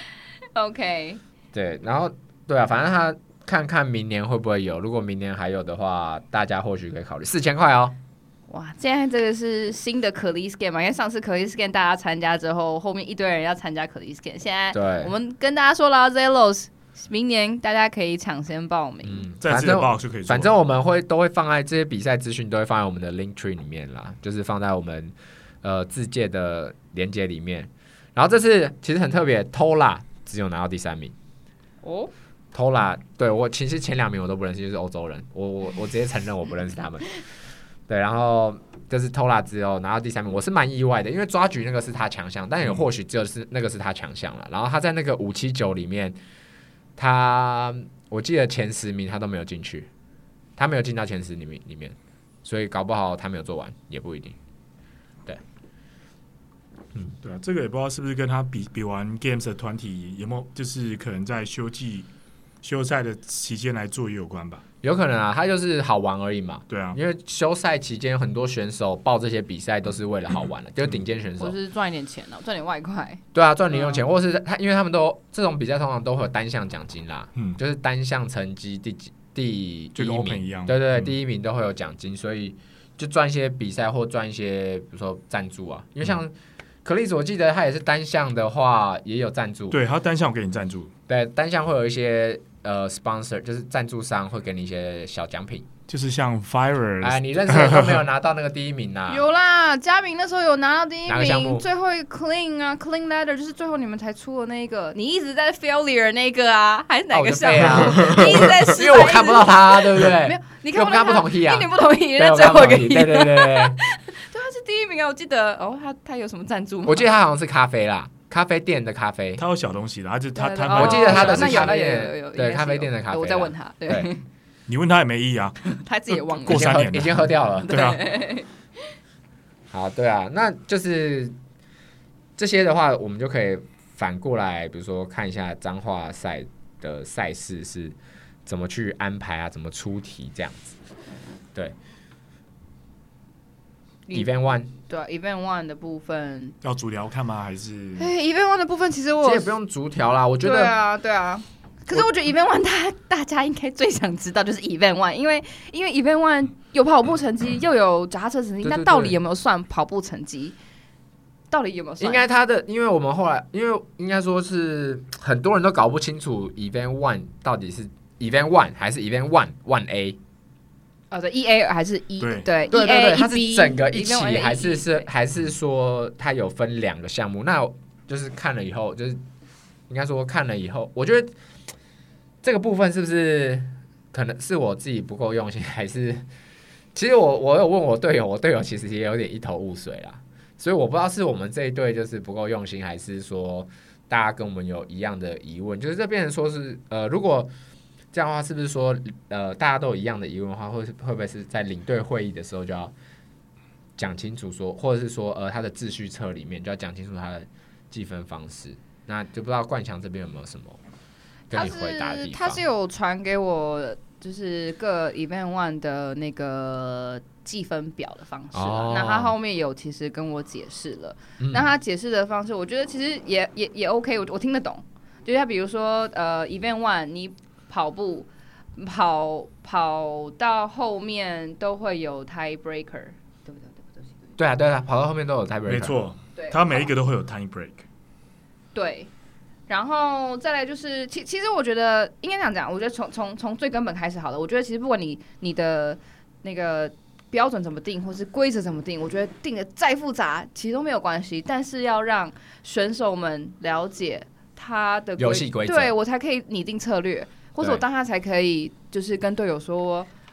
，OK， 对，然后对啊，反正他。看看明年会不会有，如果明年还有的话，大家或许可以考虑四千块哦。 哇，现在这个是新的可莉 scan 嘛？因为上次可莉 scan 大家参加之后，后面一堆人要参加可莉 scan， 现在我们跟大家说了 Zelos， 明年大家可以抢先报名， 嗯，在自己的报就可以做。 反正我们会都会放在这些比赛资讯都会放在我们的 link tree 里面啦，就是放在我们呃自介的连结里面。然后这次其实很特别 ，Tola 只有拿到第三名哦。 Tola 对我其实前两名我都不认识，就是欧洲人，我我我直接承认我不认识他们。对，然后就是 Tola 只有拿到第三名，我是蛮意外的，因为抓举那个是他强项，但也或许只有是那个是他强项了。然后他在那个五七九里面，他我记得前十名他都没有进去，他没有进到前十名里面，所以搞不好他没有做完也不一定。对， 嗯，对啊，这个也不知道是不是跟他比比完 Games 的团体有没有，就是可能在休季。休赛的期间来做也有关吧， 有可能啊，他就是好玩而已嘛。 对啊， 因为休赛期间很多选手报这些比赛都是为了好玩的，就是顶尖选手， 或是赚一点钱哦，赚点外快。 对啊，赚零用钱，或是他，因为他们都这种比赛通常都会有单项奖金啦， 嗯， 就是单项成绩第几第就跟 Open 一样， 对对对， 嗯、 第一名都会有奖金，所以就赚一些比赛或赚一些，比如说赞助啊，因为像。嗯可丽子，我记得他也是单项的话也有赞助， 对，他单项给你赞助， 对，单项会有一些呃 sponsor， 就是赞助商会给你一些小奖品， 就是像 Fire， 哎，你认识的都没有拿到那个第一名啊？ 有啦，嘉明那时候有拿到第一名，最后一个 Clean 啊 ，Clean Ladder 就是最后你们才出的那个，你一直在 failure 那个啊，还是哪个项目？ 啊、 你一直在失败， 因为我看不到他，对不对？ 没有，你看不到他， 不同意啊， 一点不同意，人家最后一个，对对对对对。 对，他是第一名啊！我记得哦，他他有什么赞助吗？ 我记得他好像是咖啡啦，咖啡店的咖啡， 他有小东西的，他就他他， 我记得他的是咖啡店， 对咖啡店的咖啡。 我再问他，对， 你问他也没意义啊， 他自己也忘了， 过三年已经喝掉了， 对啊。 好，对啊，那就是这些的话，我们就可以反过来，比如说看一下彰化赛的赛事是怎么去安排啊，怎么出题这样子，对。Event One 对、啊、Event One 的部分要逐条看吗？还是？ 哎 ，Event One 的部分其实我其实也不用逐条啦，我觉得。 对啊，对啊。可是我觉得 Event One 大大家应该最想知道就是 Event One， 因为因为 Event One 有跑步成绩，又有脚踏车成绩，那到底有没有算跑步成绩？到底有没有算？ 应该他的，因为我们后来，因为应该说是很多人都搞不清楚 Event One 到底是 Event One 还是 Event One One A。 哦，对 ，E A 还是 E 对对对对对，它是整个一起， E 还是是还是说它有分两个项目？那就是看了以后，就是应该说看了以后，我觉得这个部分是不是可能是我自己不够用心，还是其实我我有问我队友，我队友其实也有点一头雾水啦，所以我不知道是我们这一队就是不够用心，还是说大家跟我们有一样的疑问，就是这变成说是呃，如果这样的话，是不是说，呃，大家都有一样的疑问的话，会会不会是在领队会议的时候就要讲清楚说，或者是说，呃，他的秩序册里面就要讲清楚他的计分方式？那就不知道冠强这边有没有什么跟你回答的地方？ 他是有传给我，就是各 Event One 的那个计分表的方式、哦、那他后面有其实跟我解释了、嗯，那他解释的方式，我觉得其实也也也 OK， 我我听得懂。就像比如说，呃 ，Event One 你跑步跑跑到后面都会有 tie breaker， 对不对？ 对啊，对啊，跑到后面都有 tie breaker， 没错，他每一个都会有 tie break。 对，然后再来就是，其其实我觉得应该这样讲，我觉得从从从最根本开始好了。我觉得其实不管你你的那个标准怎么定，或是规则怎么定，我觉得定的再复杂其实都没有关系，但是要让选手们了解他的游戏规则， 对我才可以拟定策略。或者我当他才可以，就是跟队友说，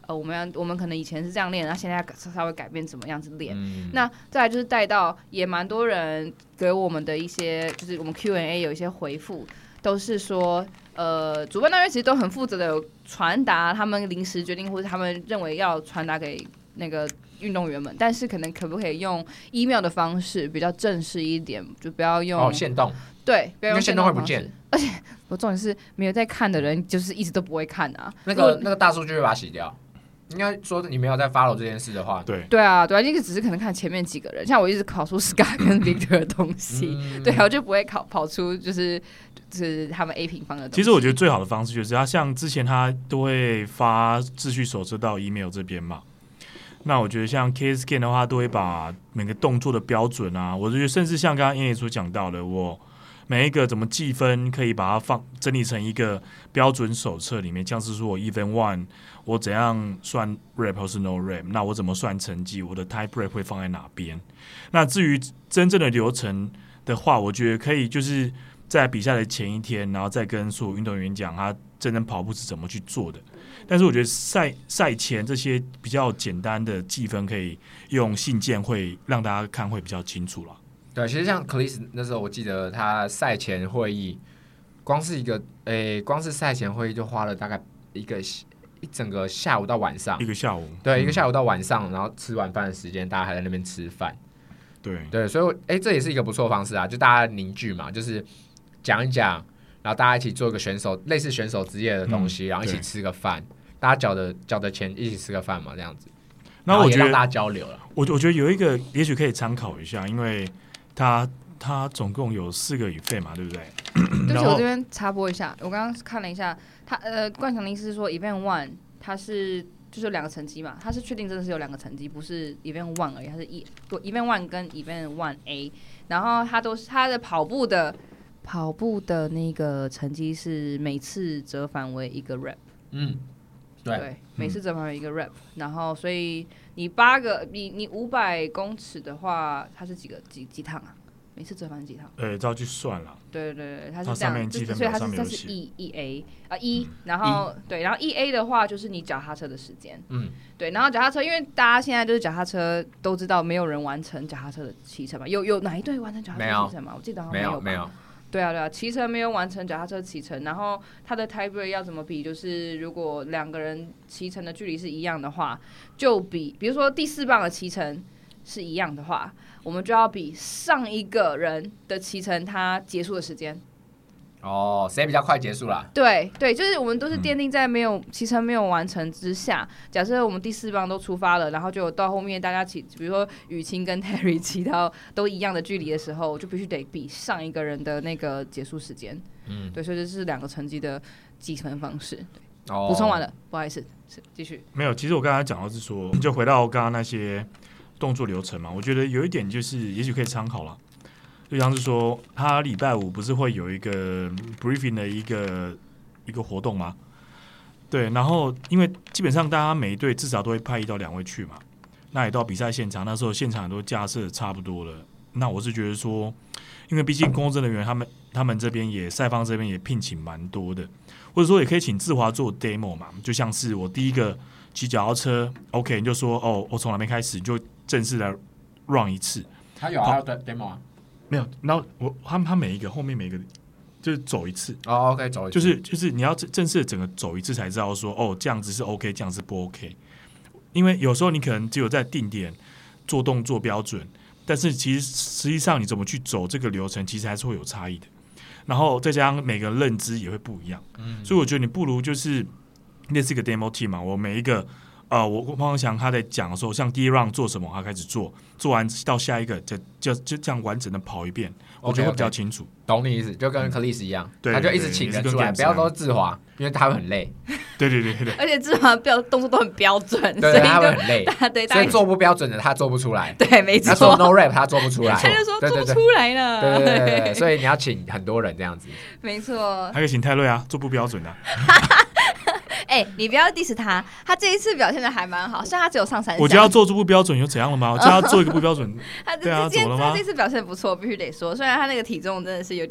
呃，我们要我们可能以前是这样练，然后现在要稍微改变怎么样子练。 嗯、 那再来就是带到也蛮多人给我们的一些，就是我们 Q and A 有一些回复，都是说，呃，主办单位其实都很负责的有传达他们临时决定或者他们认为要传达给那个运动员们，但是可能可不可以用 email 的方式比较正式一点，就不要用哦限动， 对，不要用限动会不见， 而且我重点是没有在看的人，就是一直都不会看啊。 那个那个大数据会把它洗掉。应该说你没有在 follow 这件事的话， 对对啊，对啊，这个只是可能看前面几个人，像我一直跑出 Scar 跟 Victor 的东西，嗯、对啊，我就不会跑跑出就是就是他们 A 平方的东西。 其实我觉得最好的方式就是他像之前他都会发秩序手册到 email 这边嘛。那我觉得像 K S K 的话，都会把每个动作的标准啊，我觉得甚至像刚刚燕燕所讲到的，我每一个怎么计分，可以把它放整理成一个标准手册里面，像是说我 Event One 我怎样算 rep 或是 no rep， 那我怎么算成绩，我的 type rep 会放在哪边。那至于真正的流程的话，我觉得可以就是在比赛的前一天，然后再跟所有运动员讲他真正跑步是怎么去做的。但是我觉得赛赛前这些比较简单的计分，可以用信件会让大家看会比较清楚了。 对，其实像 Chris 那时候，我记得他赛前会议，光是一个诶，光是赛前会议就花了大概一个一整个下午到晚上， 一个下午， 对，嗯、一个下午到晚上，然后吃完饭的时间，大家还在那边吃饭。 对对，所以诶，这也是一个不错的方式啊，就大家凝聚嘛，就是讲一讲，然后大家一起做一个选手类似选手职业的东西，嗯、然后一起吃个饭，大家缴的缴的钱一起吃个饭嘛，这样子。 然后我觉得让大家交流了。 我我觉得有一个也许可以参考一下，因为他他总共有四个语费嘛，对不对？ 对不起，我这边插播一下，我刚刚看了一下，他呃，冠强的意思是说 ，Event One 它是就是有两个成绩嘛，它是确定真的是有两个成绩，不是 Event One 而已，它是一 Event One 跟 Event One A， 然后它都是它的跑步的跑步的那个成绩是每次折返为一个 rep， 嗯，对， 对，每次折返为一个 rep，、嗯、然后所以你八个你你五百公尺的话，它是几个几几趟啊？每次折返几趟？ 呃，照去算了。 对对对，它是这样，所以它是它是 E E A 啊 E， 然后对，然后 E A 的话就是你脚踏车的时间，嗯，对，然后脚踏车，因为大家现在就是脚踏车都知道没有人完成脚踏车的骑乘嘛，有有哪一队完成脚踏车骑乘吗？我记得好像没有， 没有， 对啊对啊，骑乘没有完成脚踏车骑乘，然后它的 tie break 要怎么比？就是如果两个人骑乘的距离是一样的话，就比比如说第四棒的骑乘是一样的话，我们就要比上一个人的骑乘他结束的时间。 哦，谁比较快结束啦？ 对对，就是我们都是奠定在没有骑乘没有完成之下。假设我们第四棒都出发了，然后就到后面大家骑，比如说雨晴跟 Terry 骑到都一样的距离的时候，就必须得比上一个人的那个结束时间。嗯，对，所以这是两个成绩的计分方式。补、哦、充完了，不好意思，继续。 没有，其实我刚才讲到是说，就回到刚刚那些动作流程嘛，我觉得有一点就是，也许可以参考了。就像是说，他礼拜五不是会有一个 briefing 的一个一个活动吗？对，然后因为基本上大家每一队至少都会派一到两位去嘛，那也到比赛现场，那时候现场都架设差不多了。那我是觉得说，因为毕竟公证人员他们他们这边也赛方这边也聘请蛮多的，或者说也可以请志华做 demo 嘛，就像是我第一个骑脚踏车 ，OK， 你就说哦，我从哪边开始，你就正式来 run 一次。 他有啊 ，demo 啊。 没有，然后我他他每一个后面每一个就是走一次哦 ，OK， 走一次， 就是就是你要正式的整个走一次才知道说哦这样子是 OK， 这样是不 OK， 因为有时候你可能只有在定点做动作标准，但是其实实际上你怎么去走这个流程，其实还是会有差异的。然后再加上每个人认知也会不一样，嗯，所以我觉得你不如就是类似一个 demo team 嘛，我每一个。呃，我方方翔他在讲的时候，像第一 round 做什么，他开始做，做完到下一个就就就这样完整的跑一遍， okay, 我觉得会比较清楚。 Okay. 懂你意思，就跟克里斯一样， 嗯、 他就一直请人出来，不要都志华，因为他会很累。 对对对对， 而且志华标动作都很标准， 对， 所以他会很累， 对， 所以做不标准的他做不出来。 对，没错。 他做 no rap 他做不出来， 他就说做不出来了。 对对 对, 對, 對，所以你要请很多人这样子。 没错。 还可以请泰瑞啊，做不标准的、啊。 哎、欸，你不要 diss 他，他这一次表现的还蛮好，虽然他只有上三项。 我就要做出不标准又怎样了吗？我就要做一个不标准， 他对啊，怎么了吗？ 他这次表现不错，必须得说，虽然他那个体重真的是有点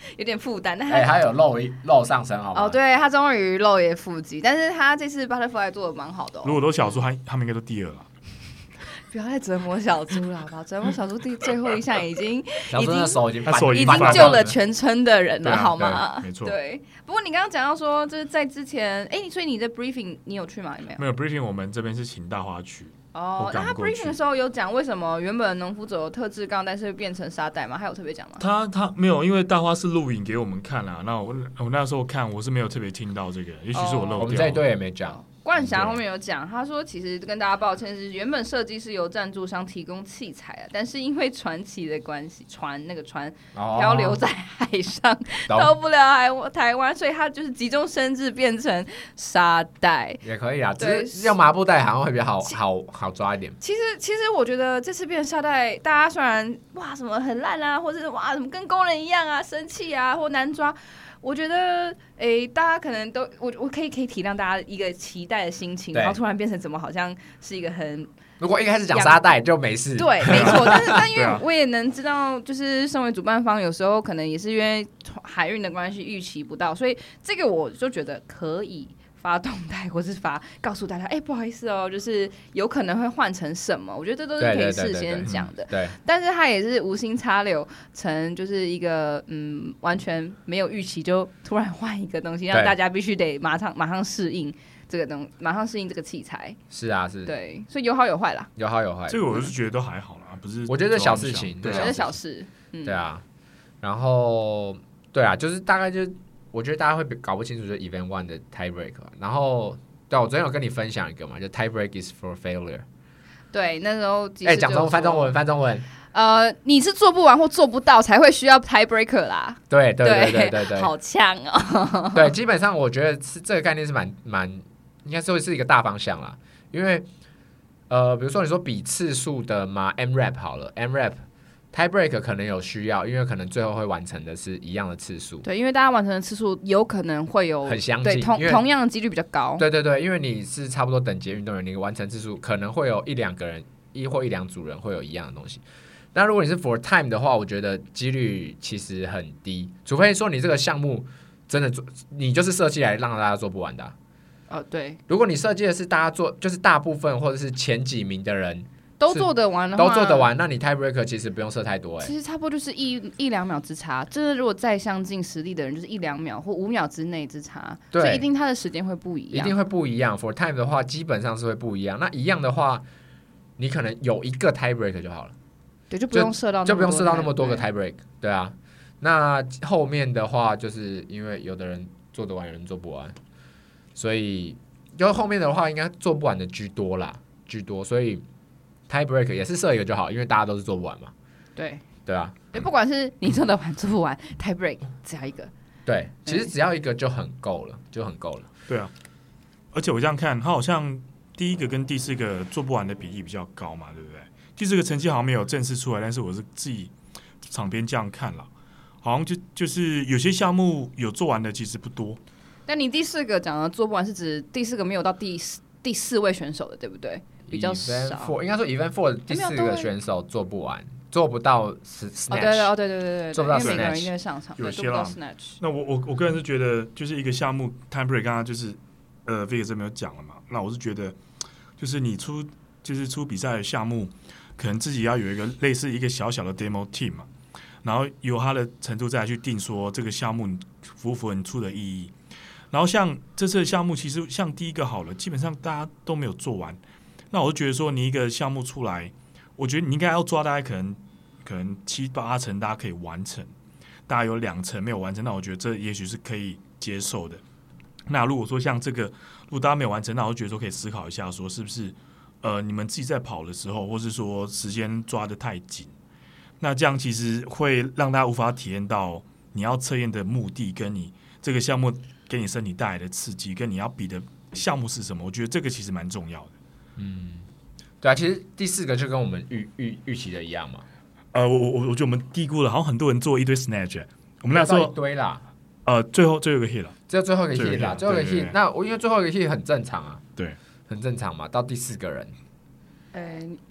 有点负担。但哎、欸，他有露露上身好吗？ 哦，对，他终于露也腹肌，但是他这次 Butterfly 做的蛮好的、哦。 如果都小猪，他他们应该都第二了。 不要再折磨小猪了，好吧？折磨小猪第最后一项已经小猪的手已经他手已经救了全村的人了，好吗？ 没错。 对。不过你刚刚讲到说，就是在之前，哎，所以你的 briefing 你有去吗？有没有？ 没有 briefing， 我们这边是请大花去。 哦，那他 briefing 的时候有讲为什么原本农夫走特制钢，但是变成沙袋吗？还有特别讲吗？ 他他没有，因为大花是录影给我们看啦。那我我那时候看，我是没有特别听到这个，也许是我漏掉、哦。 我们这一队也没讲。 冠霞后面有讲，他说其实跟大家抱歉是原本设计是由赞助商提供器材啊，但是因为船期的关系，船那个船漂流在海上，哦、到不了海台湾，所以他就是急中生智变成沙袋也可以啊，只是用麻布袋好像会比较好好好抓一点。 其实其实我觉得这次变成沙袋，大家虽然哇什么很烂啊，或者是哇什么跟工人一样啊生气啊或难抓。我觉得，诶，大家可能都，我我可以可以体谅大家一个期待的心情，然后突然变成怎么好像是一个很， 如果一开始讲沙袋就没事， 对，没错。但是但因为我也能知道，就是身为主办方，有时候可能也是因为海运的关系预期不到，所以这个我就觉得可以发动态，或是发告诉大家，哎、欸，不好意思哦，就是有可能会换成什么，我觉得这都是可以事先讲的。 对， 但是他也是无心插柳成就是一个嗯，完全没有预期就突然换一个东西，让大家必须得马上马上适应这个东，马上适应这个器材。 是啊，是。 对，所以有好有坏啦。 有好有坏。 这个我是觉得都还好啦，不是。 我觉得小事情， 对，是小事。 嗯、对啊，然后对啊，就是大概就。我觉得大家会搞不清楚，就是 Event One 的 Tiebreak， 然后对、啊、我昨天有跟你分享一个嘛，就 Tiebreak is for failure。 对，那时候哎，讲、欸、中翻中文，翻中文。 呃，你是做不完或做不到才会需要 Tiebreaker 啦。 对对对对对对， 好呛哦。 对，基本上我觉得是这个概念是蛮蛮，应该是会是一个大方向啦，因为呃，比如说你说比次数的嘛 ，M rep 好了 ，M rep。Tiebreak 可能有需要，因为可能最后会完成的是一样的次数。 对，因为大家完成的次数有可能会有很相近， 对同同样的几率比较高。 对对对，因为你是差不多等级运动员，你完成次数可能会有一两个人，一或一两组人会有一样的东西。那如果你是 for time 的话，我觉得几率其实很低，除非说你这个项目真的做，你就是设计来让大家做不完的、啊。 哦，对。 如果你设计的是大家做，就是大部分或者是前几名的人。 都做得完的话， 都做得完，那你 tiebreaker 其实不用设太多、欸、 其实差不多就是一一两秒之差，就是如果再相近实力的人，就是一两秒或五秒之内之差，所以一定他的时间会不一样， 一定会不一样。For time 的话，基本上是会不一样。那一样的话，你可能有一个 tiebreaker 就好了， 对，就不用设到就不用设到那么多个 tiebreak， 对啊。那后面的话，就是因为有的人做得完，有人做不完，所以就后面的话，应该做不完的居多啦，居多，所以。Tiebreak 也是设一个就好，因为大家都是做不完嘛。 对对啊， 对，不管是你做得完做不完 ，Tiebreak 只要一个。 对，其实只要一个就很够了，就很够了。 对啊，而且我这样看，他好像第一个跟第四个做不完的比例比较高嘛，对不对？第四个成绩好像没有正式出来，但是我是自己场边这样看了，好像就就是有些项目有做完的其实不多。 但你第四个讲的做不完是指第四个没有到第四第四位选手的，对不对？比较少， 应该说 Event Four 第四个选手做不完，做不到 Snatch， 哦对对哦对对对对， 做不到 Snatch，因为每个人一定会上场， 有些啦。那我我我个人是觉得，就是一个项目 Tiebreak， 刚刚就是呃 Vic 这边有讲了嘛，那我是觉得，就是你出就是出比赛的项目，可能自己要有一个类似一个小小的 demo team 嘛，然后由他的程度再来去定说这个项目符不符合你出的意义。然后像这次的项目，其实像第一个好了，基本上大家都没有做完。那我就觉得说，你一个项目出来，我觉得你应该要抓大概可能可能七八成大家可以完成，大概有两成没有完成，那我觉得这也许是可以接受的。那如果说像这个，如果大家没有完成，那我就觉得说可以思考一下，说是不是呃你们自己在跑的时候，或是说时间抓得太紧，那这样其实会让大家无法体验到你要测验的目的，跟你这个项目给你身体带来的刺激，跟你要比的项目是什么。我觉得这个其实蛮重要的。 嗯，对啊，其实第四个就跟我们预预预期的一样嘛。 呃，我我我觉得我们低估了，好像很多人做一堆 snatch， 我们那时候一堆啦。 呃，最后最后一个 hit 了， 只有最后一个 hit 啦，最后一个 hit。那我因为最后一个 hit 很正常啊， 对， 很正常嘛。到第四个人， 呃，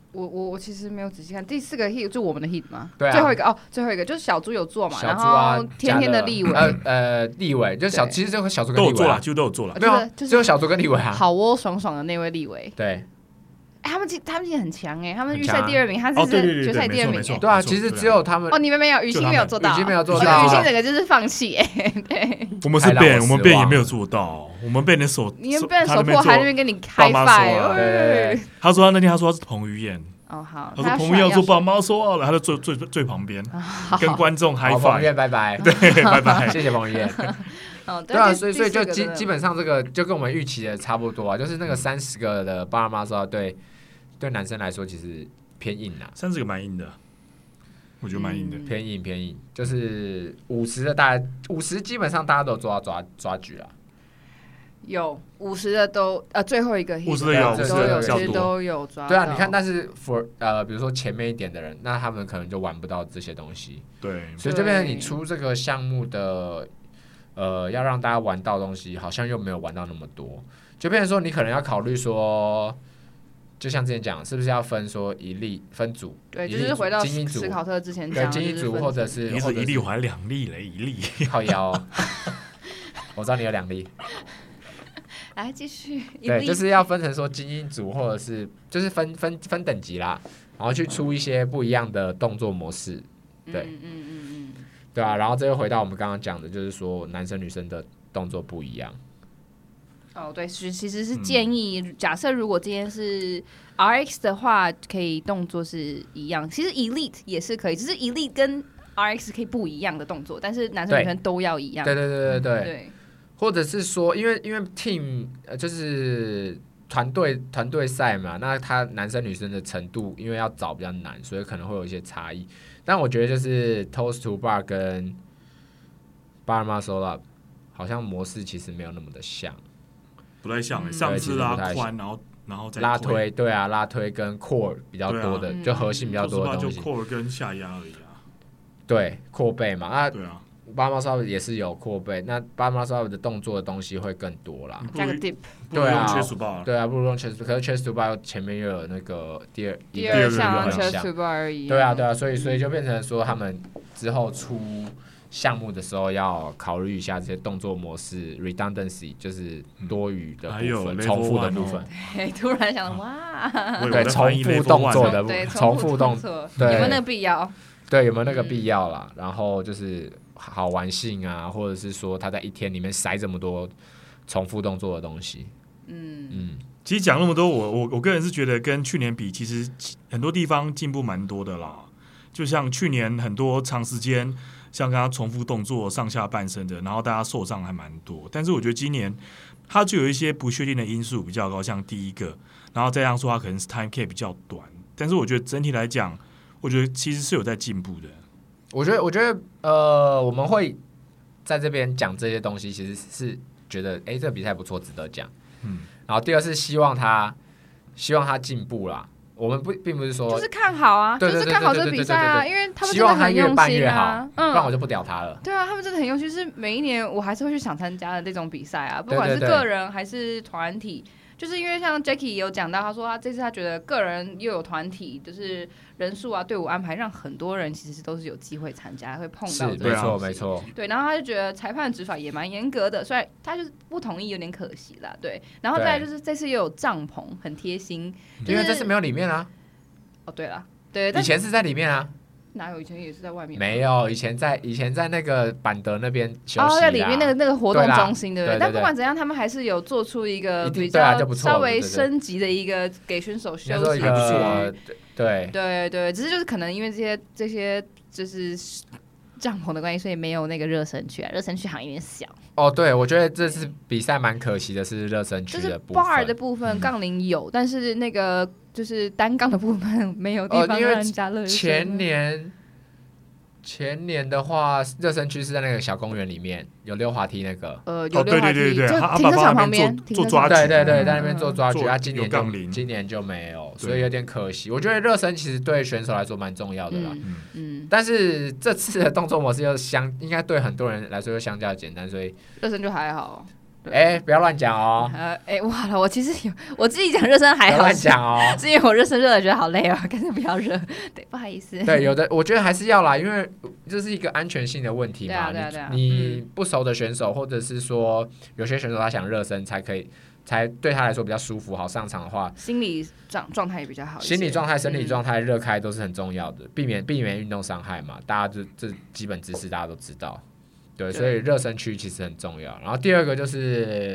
我我我其实没有仔细看第四个 hit 就我们的 hit 嘛， 对啊， 最后一个哦，最后一个就是小猪有做嘛， 小猪啊， 然后天天的立伟， 呃呃立伟就是小，其实这个小猪跟立伟都有做了，就都有做了， 对啊， 就是只有小猪跟立伟啊， 好窝爽爽的那位立伟， 对。 他们他们今天很强哎，他们预赛第二名，他是决赛第二名哎， 对啊，其实只有他们哦，你们没有，雨欣没有做到， 雨欣没有做到， 雨欣整个就是放弃哎，对， 我们是 Ben， 我们 Ben 也没有做到，我们 Ben 的手， 你们 Ben 手破还那边跟你 high five， 对， 他说他那天他说他是彭于晏。 哦好， 他说彭于晏要做爸妈说了，他就最最最旁边跟观众 high five， 彭于晏拜拜， 对，拜拜， 谢谢彭于晏。 哦， 对啊，所以所以就基基本上这个就跟我们预期的差不多啊，就是那个三十个的爸妈说对对男生来说其实偏硬啊， 三十个蛮硬的，我觉得蛮硬的， 偏硬偏硬，就是五十的大五十基本上大家都有做到抓抓举啊。 有五十的都呃最后一个五十的有， 都有其实都有抓到。 对啊，你看，但是 for 呃比如说前面一点的人，那他们可能就玩不到这些东西。 对， 所以这边你出这个项目的呃要让大家玩到的东西，好像又没有玩到那么多，就变成说你可能要考虑说，就像之前讲，是不是要分说一粒分组？ 对，就是回到史考特之前讲， 对，精英组或者是你是一粒，我还两粒嘞，一粒靠腰。我知道你有两粒。 来继续， 对，就是要分成说精英组，或者是就是分分分等级啦，然后去出一些不一样的动作模式，对， 嗯嗯嗯嗯， 对啊，然后这又回到我们刚刚讲的，就是说男生女生的动作不一样。 哦，对，是其实是建议，嗯、假设如果今天是 R X 的话，可以动作是一样，其实 Elite 也是可以，只是 Elite 跟 R X 可以不一样的动作，但是男生女生都要一样。 对对对对对。 对或者是说，因为因为 team 呃就是团队团队赛嘛，那他男生女生的程度，因为要找比较难，所以可能会有一些差异。但我觉得就是 toes to bar 跟 bar muscle up 好像模式其实没有那么的像， 不太像、欸。上肢拉宽，然后然后再拉推，对啊，拉推跟 core 比较多的，啊、就核心比较多的东西。 就 core 跟下压而已啊。 对 core 背嘛，啊， 对啊。 巴马萨也是有扩背，那巴马萨的动作的东西会更多啦。 加个 dip， 对啊， 对啊，不如用 chest， 可是 chest to bar 前面又有那个第二第二项 chest to bar 而已。 对啊，对啊，所以所以就变成说他们之后出项目的时候要考虑一下这些动作模式 redundancy， 就是多余的部分、重复的部分。 对，突然想哇， 对，重复动作的部分，重复动作，有没有那个必要？ 对，有没有那个必要啦？然后就是好玩性啊，或者是说他在一天里面塞这么多重复动作的东西。嗯嗯，其实讲那么多，我我我个人是觉得跟去年比，其实很多地方进步蛮多的啦。就像去年很多长时间像刚刚重复动作上下半身的，然后大家受伤还蛮多。但是我觉得今年它就有一些不确定的因素比较高，像第一个，然后再这样说它可能是 time cap 比较短。但是我觉得整体来讲，我觉得其实是有在进步的。 我觉得，我觉得，呃，我们会在这边讲这些东西，其实是觉得，哎，这个比赛不错，值得讲。嗯。然后第二是希望他，希望他进步啦。我们不并不是说就是看好啊，就是看好这个比赛啊，因为他们真的很用心啊。 嗯。不然我就不屌他了。 对啊，他们真的很用心，是每一年我还是会去想参加的这种比赛啊，不管是个人还是团体。就是因为像 Jackie 有讲到，他说他这次他觉得个人又有团体，就是人数啊、队伍安排，让很多人其实都是有机会参加，会碰到。 是，没错，没错。 对，然后他就觉得裁判执法也蛮严格的，虽然他就是不同意，有点可惜啦。对，然后再来就是这次又有帐篷，很贴心。就是、 因为这次没有里面啊。 哦，对了，对， 以前是在里面啊。 哪有以前也是在外面？ 没有，以前在以前在那个板德那边休息啦。 哦，在里面那个那个活动中心，对不对？ 对对对， 但不管怎样，他们还是有做出一个比较稍微升级的一个给选手休息的。对对对，只是就是可能因为这些这些就是帐篷的关系，所以没有那个热身区啊，热身区好像有点小。 哦，对，我觉得这次比赛蛮可惜的是热身区的部分。 就是 bar 的部分，杠铃有，但是那个。就是单杠的部分没有地方让人家热身。 前年，前年的话，热身区是在那个小公园里面，有溜滑梯那个。 呃，有溜滑梯， 哦、对对对对就停车场旁边做抓举， 对对对，在那边做抓举。啊，今年就今年就没有，所以有点可惜。我觉得热身其实对选手来说蛮重要的啦。嗯嗯。但是这次的动作模式又相，应该对很多人来说又相较简单，所以热身就还好。 哎、欸，不要乱讲哦。 呃，哎、欸，哇了，我其实有我自己讲热身还好， 乱讲哦。 是因为我热身热的觉得好累哦，干脆不要热。对，不好意思。 对，有的我觉得还是要啦，因为这是一个安全性的问题嘛。 对啊对啊对啊、 你, 你不熟的选手，或者是说有些选手他想热身才可以，才对他来说比较舒服，好上场的话， 心理状状态也比较好一些。 心理状态、生理状态、热开都是很重要的，避免避免运动伤害嘛。大家这这基本知识大家都知道。对，所以热身区其实很重要。然后第二个就是，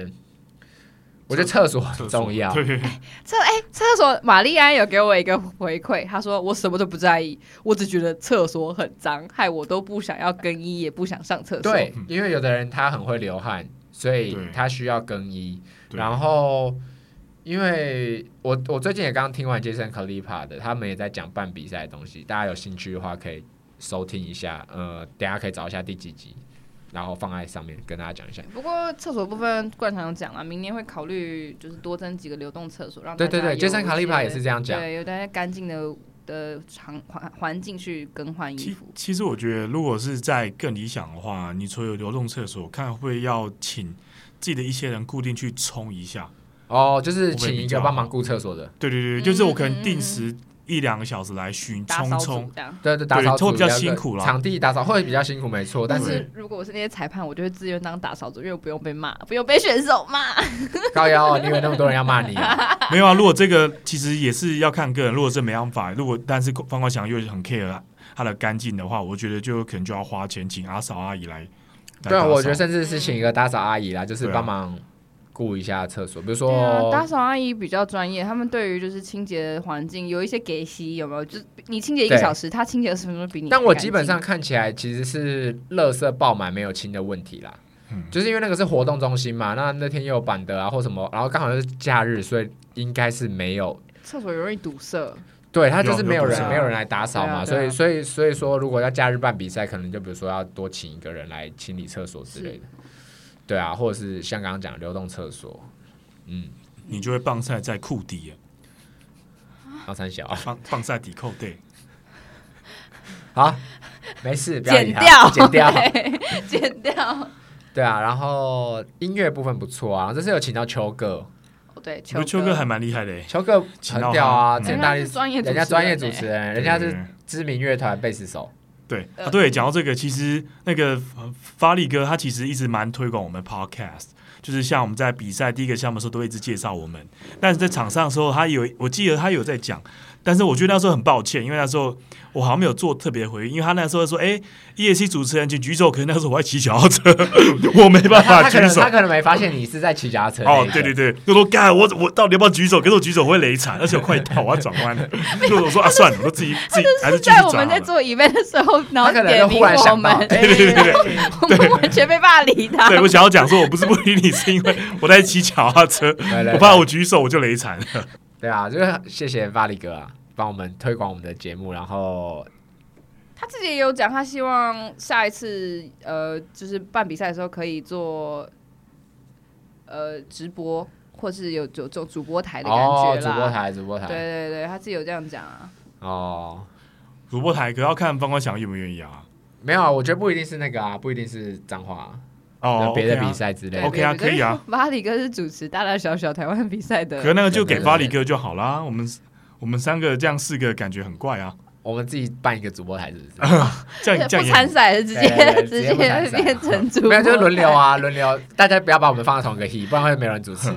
我觉得厕所很重要。 对， 厕哎，厕所，玛丽安有给我一个回馈，她说我什么都不在意，我只觉得厕所很脏，害我都不想要更衣，也不想上厕所。 对，因为有的人他很会流汗，所以他需要更衣。然后，因为我我最近也刚听完杰森·克利帕的，他们也在讲办比赛的东西，大家有兴趣的话可以收听一下。呃，等一下可以找一下第几集。然后放在上面跟大家讲一下。 不过厕所部分惯常有讲了，明年会考虑就是多增几个流动厕所，让大家对对对，杰森卡利帕也是这样讲， 对，有大家干净的的场环环境去更换衣服。 其实我觉得，如果是在更理想的话，你除了流动厕所，看会不会要请自己的一些人固定去冲一下。 哦，就是请一个帮忙顾厕所的。 对对对，就是我可能定时。一两个小时来巡冲冲， 对对，打扫组会比较辛苦啦， 场地打扫会比较辛苦，没错。但是如果我是那些裁判，我就会自愿当打扫组，因为我不用被骂，不用被选手骂。 高腰、哦，你以为那么多人要骂你啊？ 没有啊，如果这个其实也是要看个人，如果是没办法，如果但是方光祥又很 care 他的干净的话，我觉得就可能就要花钱请阿嫂阿姨来。 对啊，我觉得甚至是请一个打扫阿姨啦，就是帮忙。顾一下厕所，比如说、 啊、打扫阿姨比较专业，他们对于就是清洁环境有一些给息，有没有？就是你清洁一个小时，他清洁二十分钟比你。 但我基本上看起来其实是垃圾爆满没有清的问题啦、嗯，就是因为那个是活动中心嘛，那那天又有板的啊或什么，然后刚好是假日，所以应该是没有厕所容易堵塞。 对，他就是没有人有没有人来打扫嘛， 啊、 所以所以所以说，如果要假日办比赛，可能就比如说要多请一个人来清理厕所之类的。对啊，或者是像刚刚讲流动厕所，嗯， 你就会棒赛在裤底啊，三小棒棒赛底扣对， 好，没事，不要剪掉， 剪掉， 剪掉。 对啊，然后音乐部分不错啊，这次有请到秋哥， 对， 秋哥秋哥还蛮厉害的， 秋哥很屌啊， 人家是专业， 人家专业主持人，人家是知名乐团贝斯手。 对啊，对，讲到这个，其实那个发力哥他其实一直蛮推广我们 podcast， 就是像我们在比赛第一个项目的时候都会一直介绍我们，但是在场上的时候他有，我记得他有在讲，但是我觉得那时候很抱歉，因为那时候我好像没有做特别回应，因为他那时候说，哎 ，E S C 主持人请举手，可是那时候我在骑脚踏车，我没办法举手他，他可能没发现你是在骑脚踏车。 哦，对对对，就说干我我到底要不要举手？可是我举手我会雷惨，而且我快到我要转弯了，就我说啊算了，我自己自己还是继续转好了。 在我们在做 event 的时候，然后点名我们， 对对对对，我们完全没办法理他。 对我想要讲说，我不是不理你，是因为我在骑脚踏车，我怕我举手我就雷惨了。 对啊，就是谢谢发力哥啊，帮我们推广我们的节目，然后。 他自己也有讲，他希望下一次呃，就是办比赛的时候可以做呃直播，或是有有种主播台的感觉啦。 哦，主播台，主播台。 对对对，他自己有这样讲啊。 哦， 主播台可要看方光祥愿不愿意啊？ 没有啊，我觉得不一定是那个啊，不一定是彰化、啊。 哦， 别的比赛之类的 ，OK 啊，可以啊。 巴里哥是主持大大小小台湾比赛的， 可是那个就给巴里哥就好啦。我们我们三个这样四个感觉很怪啊。 我们自己办一个主播台是不是？ 这样这样不参赛，直接直接变成主播， 没有就是轮流啊，轮流，大家不要把我们放在同一个 heat， 不然会没有人主持。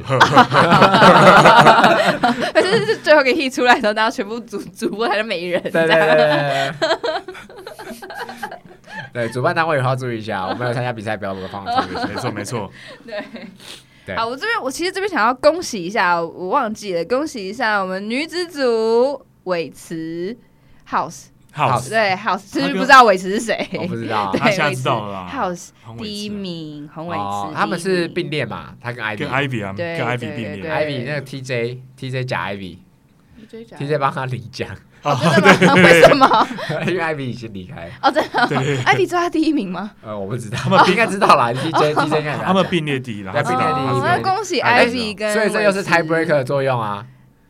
而且是最后一个 heat 出来的时候，大家全部主主播台都没人。 对对对对对，主办单位也要注意一下，我们有参加比赛，不要把我放在同一个 heat。 没错没错。 对。 对好，我这边我其实这边想要恭喜一下，我忘记了，恭喜一下我们女子组伟慈。House House 对 House 是不是不知道伟慈是谁？ 我不知道， 他现在知道了啦。 House 第一名洪伟慈、哦， 他们是并列嘛？他跟 Ivy 跟 Ivy 啊，跟 Ivy 并列 ，Ivy 那个 T J T J 假 Ivy，T J 帮他领奖。 哦，真的吗？为什么？ 因为 Ivy 已经离开。 哦，真的。Ivy 知道他第一名吗？ 呃，我不知道，他们应该知道啦。T J T J 应该他们并列第一啦， 对，并列第一。 那恭喜 Ivy 跟， 所以这又是 tie breaker 的作用啊。 对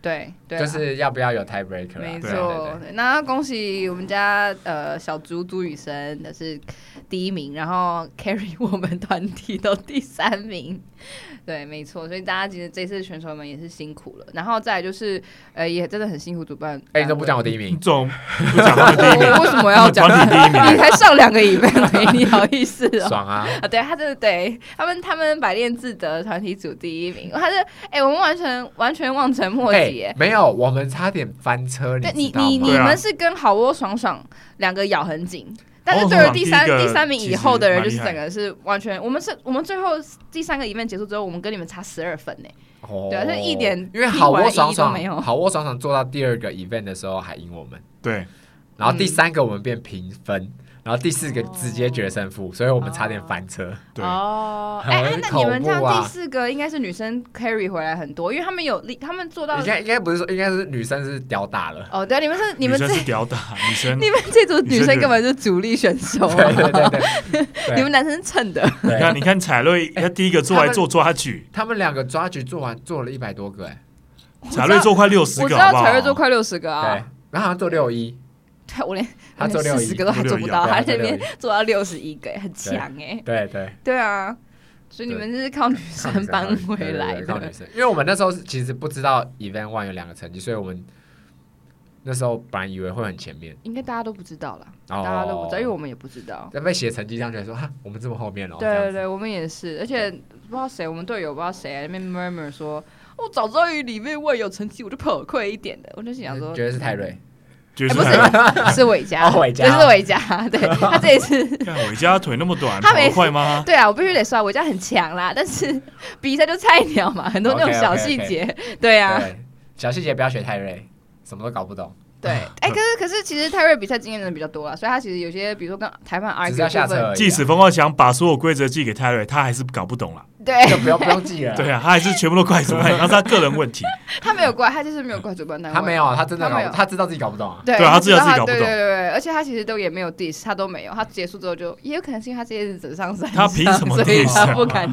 对对， 就是要不要有 tie breaker？ 没错。 错，那恭喜我们家呃小猪朱雨生的是第一名，然后 carry 我们团体都第三名。对，没错，所以大家其实这次选手们也是辛苦了，然后再来就是呃也真的很辛苦主办。 哎、欸，你都不讲我第一名， 你总不讲他的第一名， 为什么要讲团体第一名？ 你才上两个event，你好意思哦？ 爽啊！ 啊，对，他真的对他们他们百炼自得团体组第一名，他是哎、欸，我们完全完全望尘莫及耶、 欸。没有，我们差点翻车， 对你知道吗？ 你你啊、 你们是跟好窝爽爽两个咬很紧。但是对于第三、 哦、 第三名以后的人，就是整个是完全，我们是我们最后第三个 event 结束之后，我们跟你们差十二分呢。哦，对，是一点， 因为好窝爽爽没有，好窝爽爽做到第二个 event 的时候还赢我们， 对， 然后第三个我们变平分。嗯，然后第四个直接决胜负，所以我们差点翻车。 对哦，哎、欸，那你们这样第四个应该是女生 carry 回来很多，因为他们有力，他们做到应该应该不是说，应该是女生是屌打了。 哦，对，你们是你们女生是屌打，女生你们这组女生根本是主力选手、啊， 对对对对，对你们男生是蹭的。 你看，你看彩瑞，他第一个做来做抓举， 他们两个抓举做完做了一百多个、欸，哎， 彩瑞做快六十个， 我知道彩瑞做快六十个啊， 对，然后好像做六一。 对，我连他做六十个都还做不到，他这边做到六十一个，很强哎。 对对对啊，所以你们是靠女生搬回来的。 靠女生，因为我们那时候其实不知道 Event One 有两个成绩，所以我们那时候本来以为会很前面。 应该大家都不知道啦，大家都不知道，因为我们也不知道。 在被写成绩上去说哈，我们这么后面哦。 对对对，我们也是，而且不知道谁，我们队友不知道谁在那边 murmur 说，我早知道里面万有成绩，我就跑快一点的。我就想说， 觉得是泰瑞。 欸、不是，是伟嘉， 哦，伟嘉， 就是伟嘉，对他这一次， 伟嘉腿那么短， 他没快吗？ 对啊，我必须得说，伟嘉很强啦，但是比赛就菜鸟嘛，很多那种小细节， okay, okay, okay. 对啊对，小细节不要学泰瑞，什么都搞不懂。 对，哎、欸，可是可是其实泰瑞比赛经验真的比较多啦，所以他其实有些，比如说跟裁判 argue 部分， 即使冯浩翔把所有规则寄给泰瑞，他还是搞不懂啦。 对， 就不用不用记了。 对啊，他还是全部都怪主办，然后是他个人问题。 他没有怪，他就是没有怪主办单位。 他没有，他真的搞，他知道自己搞不懂啊。 对， 对他知道自己搞不懂。 对对对，而且他其实都也没有 diss， 他都没有。他结束之后就也有可能是因为他这些日子上山， 他凭什么 diss？ 所以他不敢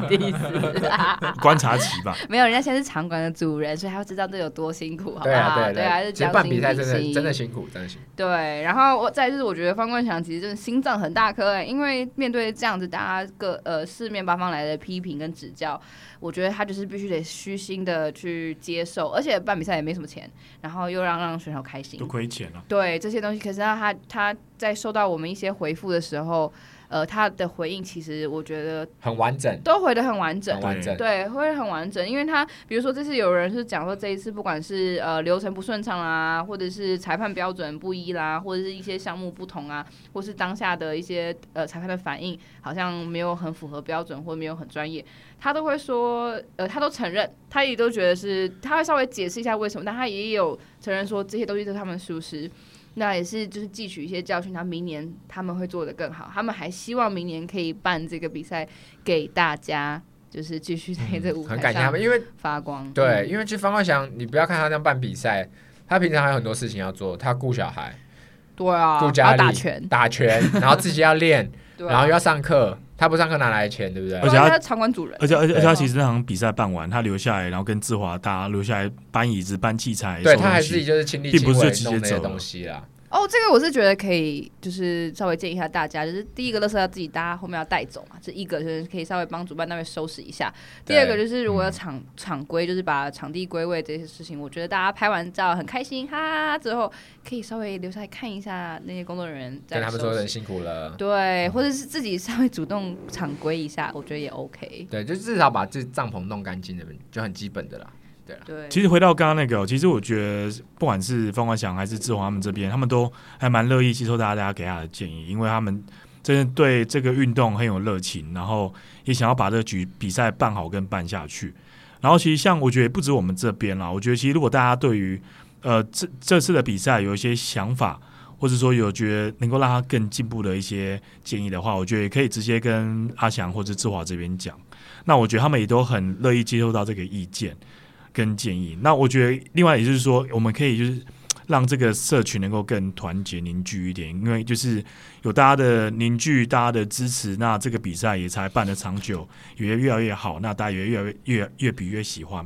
diss。 观察期吧。 没有，人家现在是场馆的主人，所以他会知道这有多辛苦，好不好？ 对啊对对啊，是其实办比赛真的真的辛苦，真的辛苦。 对，然后我再就是我觉得方冠祥其实真的心脏很大颗哎，因为面对这样子大家各呃四面八方来的批评跟指教。我觉得他就是必须得虚心的去接受，而且办比赛也没什么钱，然后又让让选手开心， 都亏钱了。 对这些东西，可是他他在收到我们一些回复的时候，呃，他的回应其实我觉得很完整， 都回得很完整， 很完整， 对，会很完整。因为他比如说这次有人是讲说这一次不管是呃流程不顺畅啦，或者是裁判标准不一啦，或者是一些项目不同啊，或是当下的一些呃裁判的反应好像没有很符合标准或没有很专业，他都会说呃他都承认，他也都觉得是他会稍微解释一下为什么，但他也有承认说这些东西都是他们疏失。那也是，就是汲取一些教训，他明年他们会做得更好。他们还希望明年可以办这个比赛给大家，就是继续在这舞台上、嗯、 很感谢他们，因为发光。 对， 嗯、 因为其实方冠祥，你不要看他这样办比赛，他平常还有很多事情要做，他顾小孩， 对啊， 顾家里， 打拳， 打拳，然后自己要练，啊、然后又要上课。他不上课哪来的钱，对不对？ 而且他是场馆主人， 而且而且而且他其实那场比赛办完，他留下来，然后跟志华大家留下来搬椅子、搬器材， 对他还自己就是亲力亲为弄那些东西啦。 哦，这个我是觉得可以，就是稍微建议一下大家，就是第一个垃圾要自己搭，后面要带走嘛。这一个就是可以稍微帮主办单位收拾一下。第二个就是如果有场、嗯、场规，就是把场地归位这些事情，我觉得大家拍完照很开心，哈哈哈之后可以稍微留下来看一下那些工作人员在收拾， 跟他们说人辛苦了， 对，或者是自己稍微主动场规一下，我觉得也 OK。 对，就至少把这帐篷弄干净，就很基本的啦。对, 对， 其实回到刚刚那个，其实我觉得不管是方冠祥还是志华他们这边，他们都还蛮乐意接受大家给他的建议，因为他们真的对这个运动很有热情，然后也想要把这个局比赛办好跟办下去。然后其实像我觉得不止我们这边啦，我觉得其实如果大家对于呃这这次的比赛有一些想法，或者说有觉得能够让他更进步的一些建议的话，我觉得也可以直接跟阿翔或者志华这边讲。那我觉得他们也都很乐意接受到这个意见跟建议。那我觉得另外也就是说，我们可以就是让这个社群能够更团结凝聚一点，因为就是有大家的凝聚，大家的支持，那这个比赛也才办得长久，也越来越好，那大家也越来越越越比越喜欢嘛。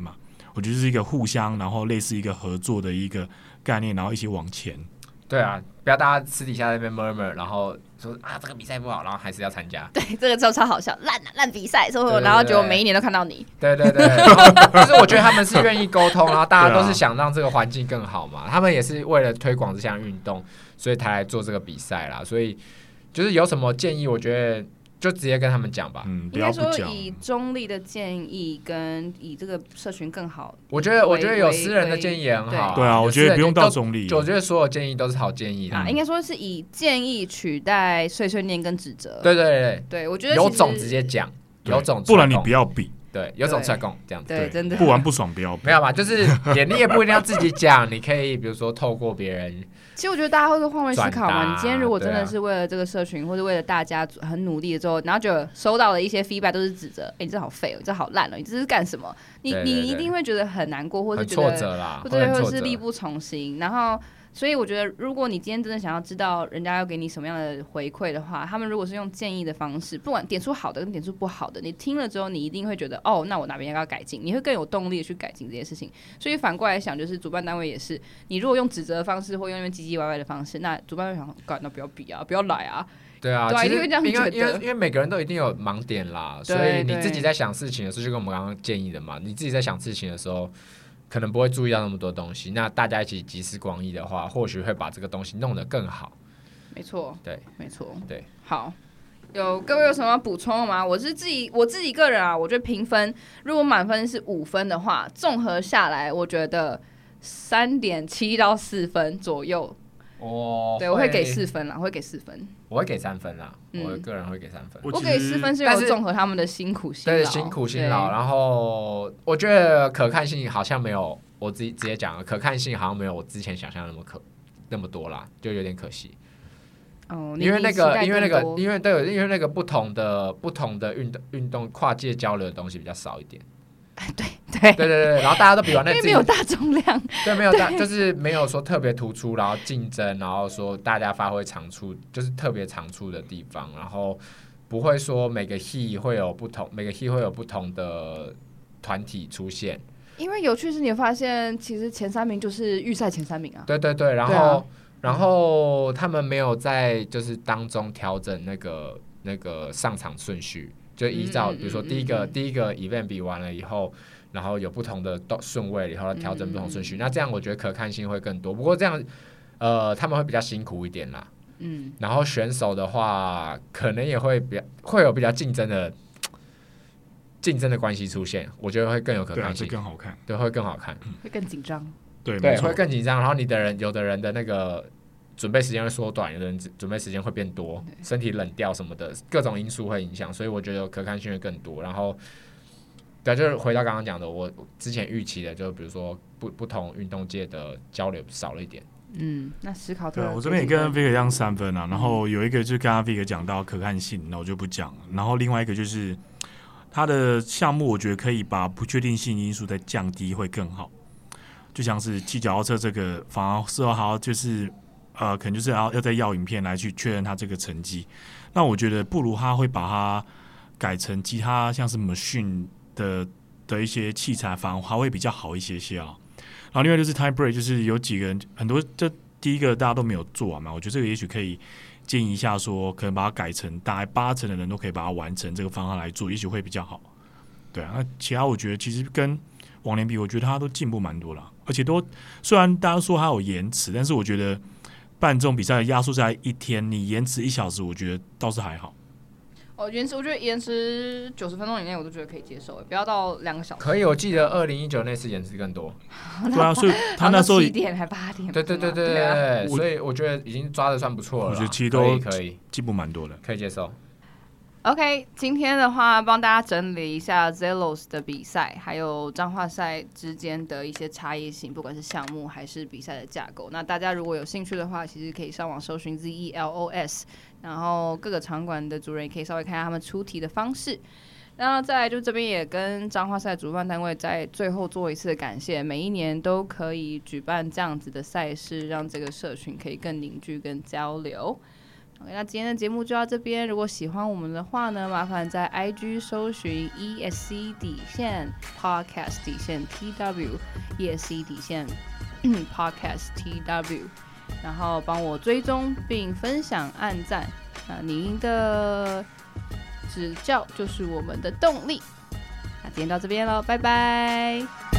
我觉得是一个互相，然后类似一个合作的一个概念，然后一起往前。 对啊，不要大家私底下在那边 murmur， 然后说啊这个比赛不好，然后还是要参加。 对，这个超超好笑，烂啊烂比赛，然后结果每一年都看到你。 对对对，就是我觉得他们是愿意沟通，然后大家都是想让这个环境更好嘛。他们也是为了推广这项运动，所以才来做这个比赛啦。所以就是有什么建议，我觉得就直接跟他们讲吧。 嗯，不应该说要不讲。 以中立的建议跟以这个社群更好。 我觉得我觉得有私人的建议也很好、啊。 对啊，我觉得不用到中立。 我觉得所有建议都是好建议啊，应该说是以建议取代碎碎念跟指责。 对对对对，我觉得有种直接讲，有种不然你不要比。 对，有种出来讲这样子。 对，真的不玩不爽不要比。 没有嘛，就是也你也不一定要自己讲，你可以比如说透过别人。 其实我觉得大家会换位思考嘛。你今天如果真的啊是为了这个社群，或者为了大家很努力的之后，然后就收到了一些 feedback 都是指责，哎、欸，你这好废哦，你这好烂哦，你这是干什么？你对对对你一定会觉得很难过，或者觉得很挫折啦， 或者会是力不从心。然后，所以我觉得，如果你今天真的想要知道人家要给你什么样的回馈的话，他们如果是用建议的方式，不管点出好的跟点出不好的，你听了之后，你一定会觉得哦，那我哪边要改进，你会更有动力的去改进这件事情。所以反过来想，就是主办单位也是，你如果用指责的方式，或用那边唧唧歪歪的方式，那主办会想，干那不要比啊，不要来啊。 对啊， 对啊， 其实一定会这样觉得， 因为因为每个人都一定有盲点啦，所以你自己在想事情的时候，就跟我们刚刚建议的嘛，你自己在想事情的时候，可能不会注意到那么多东西。那大家一起集思广益的话，或许会把这个东西弄得更好。 没错， 对， 没错， 对， 好。有各位有什么要补充的吗？我是自己我自己个人啊，我觉得评分如果满分是五分的话，综合下来，我觉得三点七到四分左右。 哦， 对，我会给四分啦，我会给四分。 我会给三分啦， 嗯、 我个人会给三分。 我给四分是有综合他们的辛苦辛劳， 对，辛苦辛劳。然后我觉得可看性好像没有我自己直接讲了，可看性好像没有我之前想象那么可那么多啦，就有点可惜。 哦， 因为那个，因为那个，因为对，因为那个不同的不同的运动运动跨界交流的东西比较少一点。 对对对对对，然后大家都比完那， 因为没有大重量， 对，没有大，就是没有说特别突出，然后竞争，然后说大家发挥长处，就是特别长处的地方，然后不会说每个 he 会有不同，每个 he 会有不同的团体出现。 因为有趣是你发现，其实前三名就是预赛前三名啊。 对对对，然后、啊、然后他们没有在就是当中调整那个那个上场顺序。就依照比如说第一个、嗯嗯嗯、第一个 event 比完了以后，然后有不同的顺位以后调整不同顺序、嗯嗯，那这样我觉得可看性会更多。不过这样呃他们会比较辛苦一点啦，嗯，然后选手的话可能也会比较会有比较竞争的竞争的关系出现，我觉得会更有可看性， 对、啊，更好看， 对，会更好看， 会更紧张， 对对，会更紧张。然后你的人有的人的那个。准备时间会缩短，有的人准备时间会变多，身体冷掉什么的，各种因素会影响，所以我觉得可看性会更多。然后，对，就是回到刚刚讲的，我之前预期的，就比如说不不同运动界的交流少了一点。 嗯，那思考对，我这边也跟 Vic 一样三分啊。然后有一个就是刚刚 Vic 讲到可看性，那我就不讲了。然后另外一个就是他的项目，我觉得可以把不确定性因素再降低，会更好。就像是骑脚踏车这个，反而是好就是。呃，可能就是要要再要影片来去确认他这个成绩。那我觉得不如他会把它改成其他像是 machine 的的一些器材，反而还会比较好一些些啊。然后另外就是 time break， 就是有几个人很多，这第一个大家都没有做完嘛，我觉得这个也许可以建议一下说，可能把它改成大概八成的人都可以把它完成这个方案来做，也许会比较好。对啊，那其他我觉得其实跟往年比，我觉得他都进步蛮多了，而且都虽然大家说他有延迟，但是我觉得。办这种比赛压缩在一天，你延迟一小时，我觉得倒是还好。 哦，延迟，我觉得延迟九十分钟以内，我都觉得可以接受，不要到两个小时。 可以，我记得二零一九那次延迟更多。 对啊，所以他那时候七点还八点。 对对对对对、啊，所以我觉得已经抓的算不错了。 我觉得其实都可以进步蛮多的， 可以接受。 OK， 今天的话帮大家整理一下 Zelos 的比赛，还有彰化赛之间的一些差异性，不管是项目还是比赛的架构。那大家如果有兴趣的话，其实可以上网搜寻 Z E L O S， 然后各个场馆的主人也可以稍微看一下他们出题的方式。那再来就这边也跟彰化赛主办单位在最后做一次的感谢，每一年都可以举办这样子的赛事，让这个社群可以更凝聚跟交流。 OK， 那今天的节目就到这边。如果喜欢我们的话呢，麻烦在 I G 搜寻 E S C 底线 Podcast 底线 T W E S C 底线Podcast T W， 然后帮我追踪并分享按赞。那您的指教就是我们的动力。那今天到这边了，拜拜。